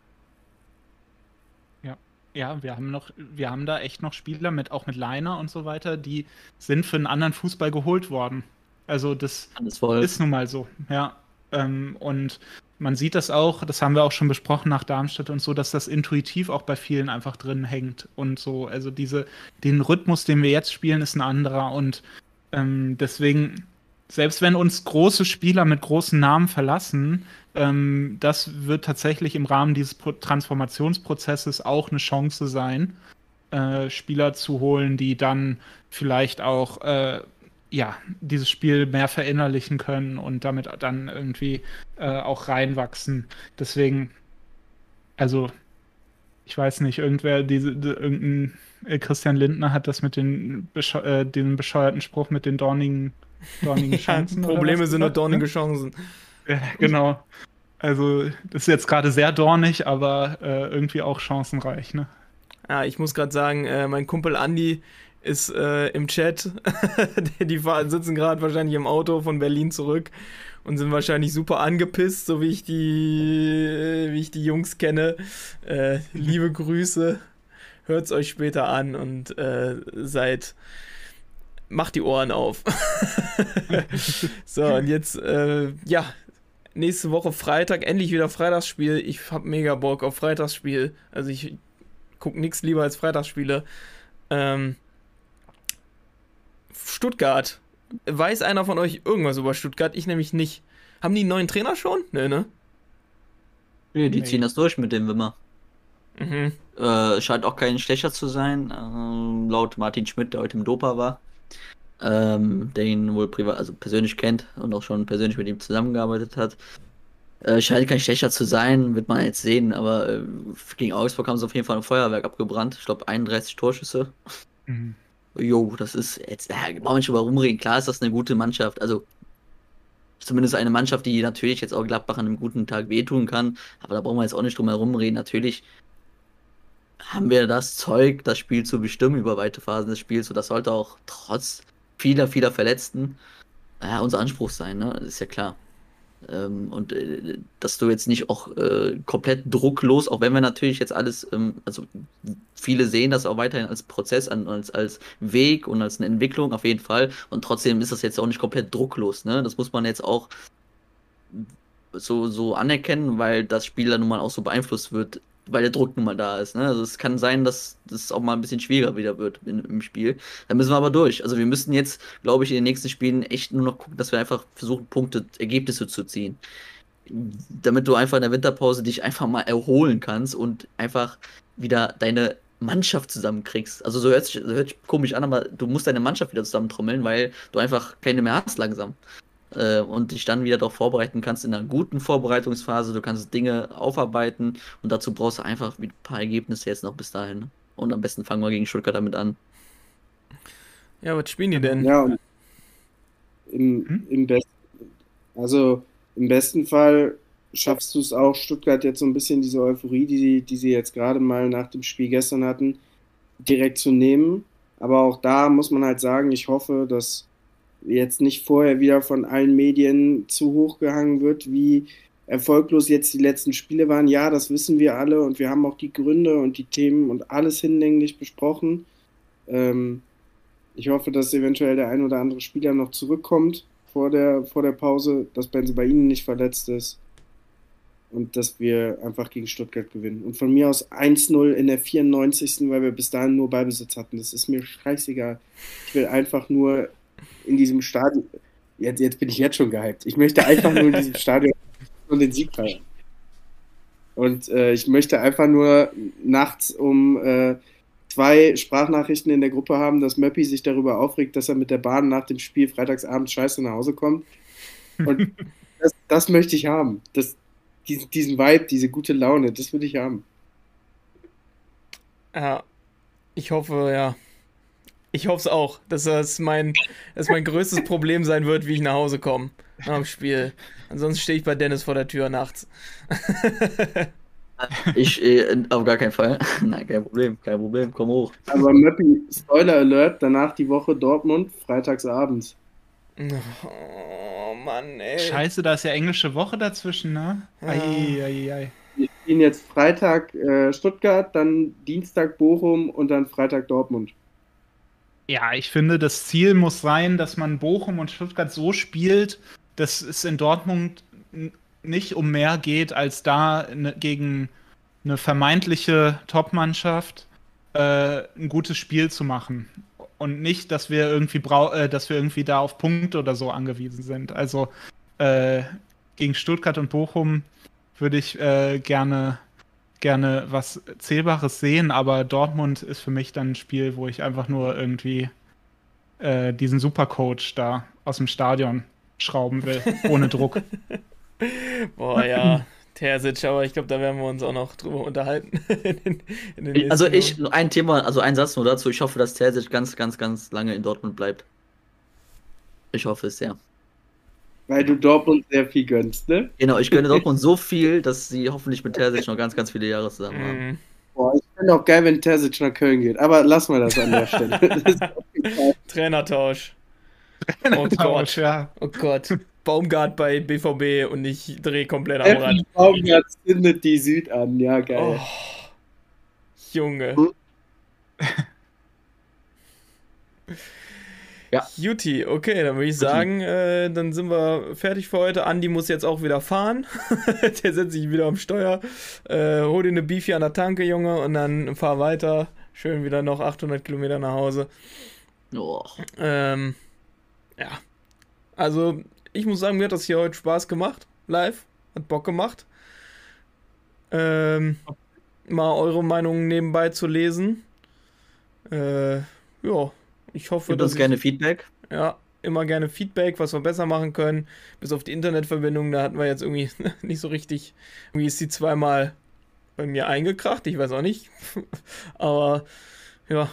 Ja, ja, wir haben noch, wir haben da echt noch Spieler mit, auch mit Leiner und so weiter, die sind für einen anderen Fußball geholt worden. Also das Alles voll. ist nun mal so, ja. Ähm, und man sieht das auch, das haben wir auch schon besprochen nach Darmstadt und so, dass das intuitiv auch bei vielen einfach drin hängt und so. Also diese, den Rhythmus, den wir jetzt spielen, ist ein anderer und ähm, deswegen, selbst wenn uns große Spieler mit großen Namen verlassen, ähm, das wird tatsächlich im Rahmen dieses Pro- Transformationsprozesses auch eine Chance sein, äh, Spieler zu holen, die dann vielleicht auch äh, ja, dieses Spiel mehr verinnerlichen können und damit dann irgendwie äh, auch reinwachsen. Deswegen, also, ich weiß nicht, irgendwer, diese, die, irgendein äh, Christian Lindner hat das mit den, besche äh, den bescheuerten Spruch mit den dornigen, dornigen Ja, Chancen. oder Probleme was sind nur gesagt, dornige ne? Chancen. Ja, genau. Also, das ist jetzt gerade sehr dornig, aber äh, irgendwie auch chancenreich, ne? Ja, ich muss gerade sagen, äh, mein Kumpel Andi ist äh, im Chat. die die fahren- sitzen gerade wahrscheinlich im Auto von Berlin zurück und sind wahrscheinlich super angepisst, so wie ich die, äh, wie ich die Jungs kenne. Äh, liebe Grüße. Hört's euch später an und äh, seid. Macht die Ohren auf. So, und jetzt, äh, ja, nächste Woche Freitag, endlich wieder Freitagsspiel. Ich hab mega Bock auf Freitagsspiel. Also ich guck nichts lieber als Freitagsspiele. Ähm, Stuttgart. Weiß einer von euch irgendwas über Stuttgart? Ich nämlich nicht. Haben die einen neuen Trainer schon? Nö, ne? Nee, die Nee. ziehen das durch mit dem Wimmer. Mhm. Äh, scheint auch kein schlechter zu sein, ähm, laut Martin Schmidt, der heute im Dopa war. Ähm, der ihn wohl privat, also persönlich kennt und auch schon persönlich mit ihm zusammengearbeitet hat. Äh, scheint kein schlechter zu sein, wird man jetzt sehen, aber äh, gegen Augsburg haben sie auf jeden Fall ein Feuerwerk abgebrannt. Ich glaube einunddreißig Torschüsse. Mhm. Jo, das ist jetzt, ja, brauchen wir nicht drüber rumreden. Klar ist das eine gute Mannschaft, also zumindest eine Mannschaft, die natürlich jetzt auch Gladbach an einem guten Tag wehtun kann, aber da brauchen wir jetzt auch nicht drum herum reden. Natürlich haben wir das Zeug, das Spiel zu bestimmen über weite Phasen des Spiels, und das sollte auch trotz vieler, vieler Verletzten ja, unser Anspruch sein, ne? Das ist ja klar. Ähm, und äh, dass du jetzt nicht auch äh, komplett drucklos, auch wenn wir natürlich jetzt alles, ähm, also viele sehen das auch weiterhin als Prozess, an, als, als Weg und als eine Entwicklung auf jeden Fall, und trotzdem ist das jetzt auch nicht komplett drucklos, ne? Das muss man jetzt auch so, so anerkennen, weil das Spiel dann nun mal auch so beeinflusst wird, weil der Druck nun mal da ist, ne? Also es kann sein, dass das auch mal ein bisschen schwieriger wieder wird in, im Spiel. Da müssen wir aber durch. Also wir müssen jetzt, glaube ich, in den nächsten Spielen echt nur noch gucken, dass wir einfach versuchen, Punkte, Ergebnisse zu ziehen. Damit du einfach in der Winterpause dich einfach mal erholen kannst und einfach wieder deine Mannschaft zusammenkriegst. Also so hört sich, so hört sich komisch an, aber du musst deine Mannschaft wieder zusammentrommeln, weil du einfach keine mehr hast langsam. Äh, und dich dann wieder darauf vorbereiten kannst in einer guten Vorbereitungsphase. Du kannst Dinge aufarbeiten und dazu brauchst du einfach ein paar Ergebnisse jetzt noch bis dahin. Ne? Und am besten fangen wir gegen Stuttgart damit an. Ja, was spielen die denn? Ja, und im, Hm? im besten, also im besten Fall schaffst du es auch, Stuttgart jetzt so ein bisschen diese Euphorie, die sie, die sie jetzt gerade mal nach dem Spiel gestern hatten, direkt zu nehmen. Aber auch da muss man halt sagen, ich hoffe, dass jetzt nicht vorher wieder von allen Medien zu hoch gehangen wird, wie erfolglos jetzt die letzten Spiele waren. Ja, das wissen wir alle und wir haben auch die Gründe und die Themen und alles hinlänglich besprochen. Ähm, ich hoffe, dass eventuell der ein oder andere Spieler noch zurückkommt vor der, vor der Pause, dass Benze bei ihnen nicht verletzt ist und dass wir einfach gegen Stuttgart gewinnen. Und von mir aus eins null in der vierundneunzigsten, weil wir bis dahin nur Ballbesitz hatten. Das ist mir scheißegal. Ich will einfach nur in diesem Stadion, jetzt, jetzt bin ich jetzt schon gehypt, ich möchte einfach nur in diesem Stadion und den Sieg feiern. Und äh, ich möchte einfach nur nachts um äh, zwei Sprachnachrichten in der Gruppe haben, dass Möppi sich darüber aufregt, dass er mit der Bahn nach dem Spiel freitagsabends scheiße nach Hause kommt. Und das, das möchte ich haben. Das, diesen, diesen Vibe, diese gute Laune, das will ich haben. Ja, ich hoffe, ja. Ich hoffe es auch, dass das mein, dass mein größtes Problem sein wird, wie ich nach Hause komme nach dem Spiel. Ansonsten stehe ich bei Dennis vor der Tür nachts. Ich, äh, auf gar keinen Fall. Nein, kein Problem, kein Problem, komm hoch. Aber Möppi, Spoiler Alert, danach die Woche Dortmund, freitagsabends. Oh Mann, ey. Scheiße, da ist ja englische Woche dazwischen, ne? Ei, ei, ei. Wir spielen jetzt Freitag äh, Stuttgart, dann Dienstag Bochum und dann Freitag Dortmund. Ja, ich finde, das Ziel muss sein, dass man Bochum und Stuttgart so spielt, dass es in Dortmund n- nicht um mehr geht, als da ne, gegen eine vermeintliche Top-Mannschaft äh, ein gutes Spiel zu machen. Und nicht, dass wir irgendwie brau äh, dass wir irgendwie da auf Punkte oder so angewiesen sind. Also äh, gegen Stuttgart und Bochum würde ich äh, gerne, gerne was Zählbares sehen, aber Dortmund ist für mich dann ein Spiel, wo ich einfach nur irgendwie äh, diesen Supercoach da aus dem Stadion schrauben will, ohne Druck. Boah, ja, Terzic, aber ich glaube, da werden wir uns auch noch drüber unterhalten. in den, in den Ich, also nächsten ich, Wochen. ein Thema, also ein Satz nur dazu. Ich hoffe, dass Terzic ganz, ganz, ganz lange in Dortmund bleibt. Ich hoffe es sehr. Weil du Dortmund sehr viel gönnst, ne? Genau, ich gönne Dortmund so viel, dass sie hoffentlich mit Terzic noch ganz, ganz viele Jahre zusammen haben. Mhm. Boah, ich finde auch geil, wenn Terzic nach Köln geht. Aber lassen wir das an der Stelle. Das ist auf jeden Fall- Trainertausch. Oh Gott. Tausch, ja. Oh Gott. Baumgart bei B V B und ich drehe komplett am Rad. Steffen Baumgart zündet die Süd an. Ja, geil. Oh, Junge. Hm? Ja. Juti, okay, dann würde ich sagen, äh, dann sind wir fertig für heute. Andi muss jetzt auch wieder fahren. Der setzt sich wieder am Steuer. Äh, hol dir eine Beefy an der Tanke, Junge, und dann fahr weiter. Schön wieder noch achthundert Kilometer nach Hause. Oh. Ähm, ja. Also, ich muss sagen, mir hat das hier heute Spaß gemacht. Live. Hat Bock gemacht. Ähm, mal eure Meinungen nebenbei zu lesen. Äh, ja. Ich hoffe, Gebt dass uns ich, gerne Feedback. ja, immer gerne Feedback, was wir besser machen können. Bis auf die Internetverbindung, da hatten wir jetzt irgendwie nicht so richtig. Irgendwie ist sie zweimal bei mir eingekracht, ich weiß auch nicht. Aber ja.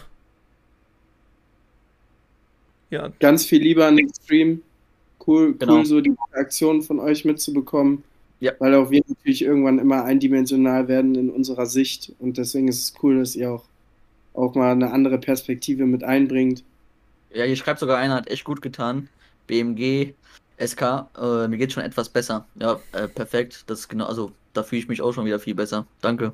Ja, Ganz viel Liebe an den Stream. Cool, Genau. cool, so die Aktionen von euch mitzubekommen. Ja. Weil auch wir natürlich irgendwann immer eindimensional werden in unserer Sicht. Und deswegen ist es cool, dass ihr auch, auch mal eine andere Perspektive mit einbringt. Ja, hier schreibt sogar einer, hat echt gut getan. B M G, S K, äh, mir geht schon etwas besser. Ja, äh, perfekt. Das ist genau, also da fühle ich mich auch schon wieder viel besser. Danke.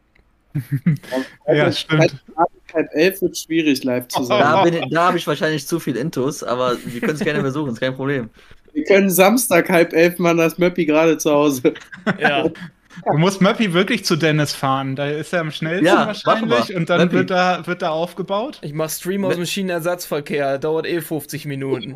Ja, Also, stimmt. Halb elf wird schwierig, live zu sein. Da, bin, da habe ich wahrscheinlich zu viel Intus, aber wir können es gerne versuchen, ist kein Problem. Wir können Samstag halb elf machen, da ist Möppi gerade zu Hause. ja. Du musst Möppi wirklich zu Dennis fahren. Da ist er am schnellsten Ja, wahrscheinlich. machen wir. Und dann Möppi. wird da, wird da aufgebaut. Ich mach Stream aus dem Schienenersatzverkehr, dauert eh fünfzig Minuten.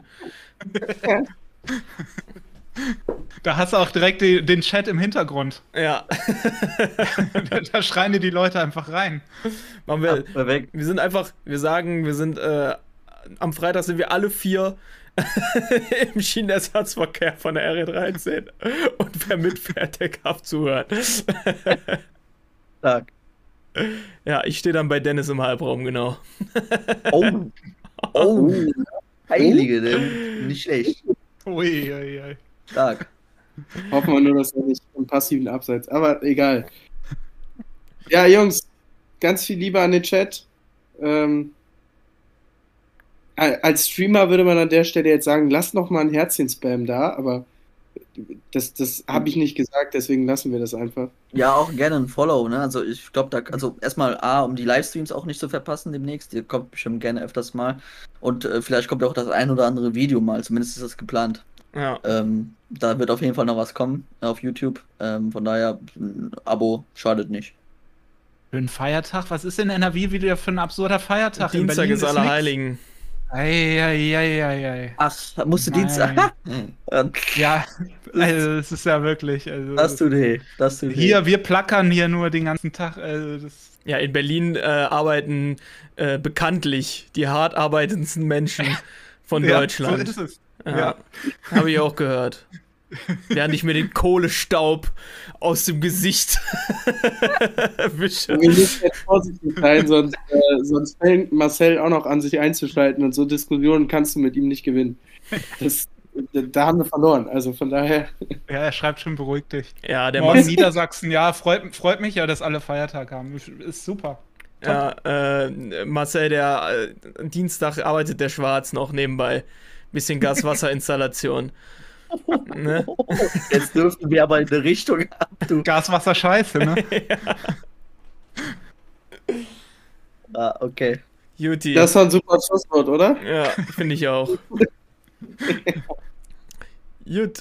Da hast du auch direkt die, den Chat im Hintergrund. Ja. da, da schreien dir die Leute einfach rein. Machen wir, Perfekt. wir sind einfach, wir sagen, wir sind, äh, am Freitag sind wir alle vier im Schienenersatzverkehr von der R E dreizehn. Und wer mitfährt, der darf zuhören. Stark. Ja, ich stehe dann bei Dennis im Halbraum, genau. Oh. Oh. Heilige, denn nicht schlecht. Ui, ui, ui. Stark. Hoffen wir nur, dass er nicht im passiven Abseits. Aber egal. Ja, Jungs, ganz viel Liebe an den Chat. Ähm, als Streamer würde man an der Stelle jetzt sagen, lasst noch mal ein Herzchen-Spam da, aber das, das habe ich nicht gesagt, deswegen lassen wir das einfach. Ja, auch gerne ein Follow, ne? Also ich glaube, da, also erstmal A, um die Livestreams auch nicht zu verpassen demnächst. Die kommt bestimmt gerne öfters mal. Und äh, vielleicht kommt auch das ein oder andere Video mal, zumindest ist das geplant. Ja. Ähm, da wird auf jeden Fall noch was kommen auf YouTube. Ähm, von daher, ein Abo schadet nicht. Für einen Feiertag? Was ist in N R W wieder für ein absurder Feiertag? In Dienstag Berlin ist nix. Allerheiligen. Eieieiei. Ach, musst du Nein. Dienstag. Ja, also das ist ja wirklich. Also, Das tut weh. Das tut weh. hier, wir plackern hier nur den ganzen Tag. Also das, Ja, in Berlin äh, arbeiten äh, bekanntlich die hart arbeitendsten Menschen von ja, Deutschland. so ist es. Ja, Ja. habe ich auch gehört. Während ich mir den Kohlestaub aus dem Gesicht wische. Wir müssen jetzt vorsichtig sein, sonst, äh, sonst fängt Marcel auch noch an, sich einzuschalten und so Diskussionen kannst du mit ihm nicht gewinnen. Das, da haben wir verloren, also von daher. Ja, er schreibt schon, beruhig dich. Ja, der Morgen Mas Niedersachsen, ja, freut, freut mich ja, dass alle Feiertag haben. Ist super. ja, äh, Marcel, der äh, Dienstag arbeitet der Schwarz noch nebenbei. Bisschen Gaswasserinstallation. Ne? Jetzt dürften wir aber in eine Richtung ab, du. Gaswasser scheiße, ne? Ah, okay. Juti. Das war ein super Schlusswort, oder? Ja, finde ich auch. Gut.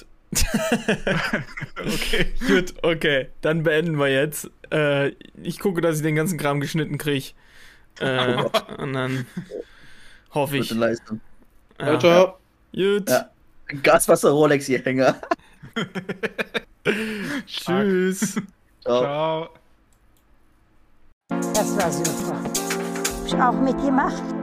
Okay. Gut, okay. Dann beenden wir jetzt. Äh, ich gucke, dass ich den ganzen Kram geschnitten kriege. Äh, und dann hoffe ich. Gute Leistung. Ciao, ciao. Gut. Ja. Gaswasser Rolex hier Hänger. Tschüss. Ciao. Ciao. Das war super. Hab ich auch mitgemacht.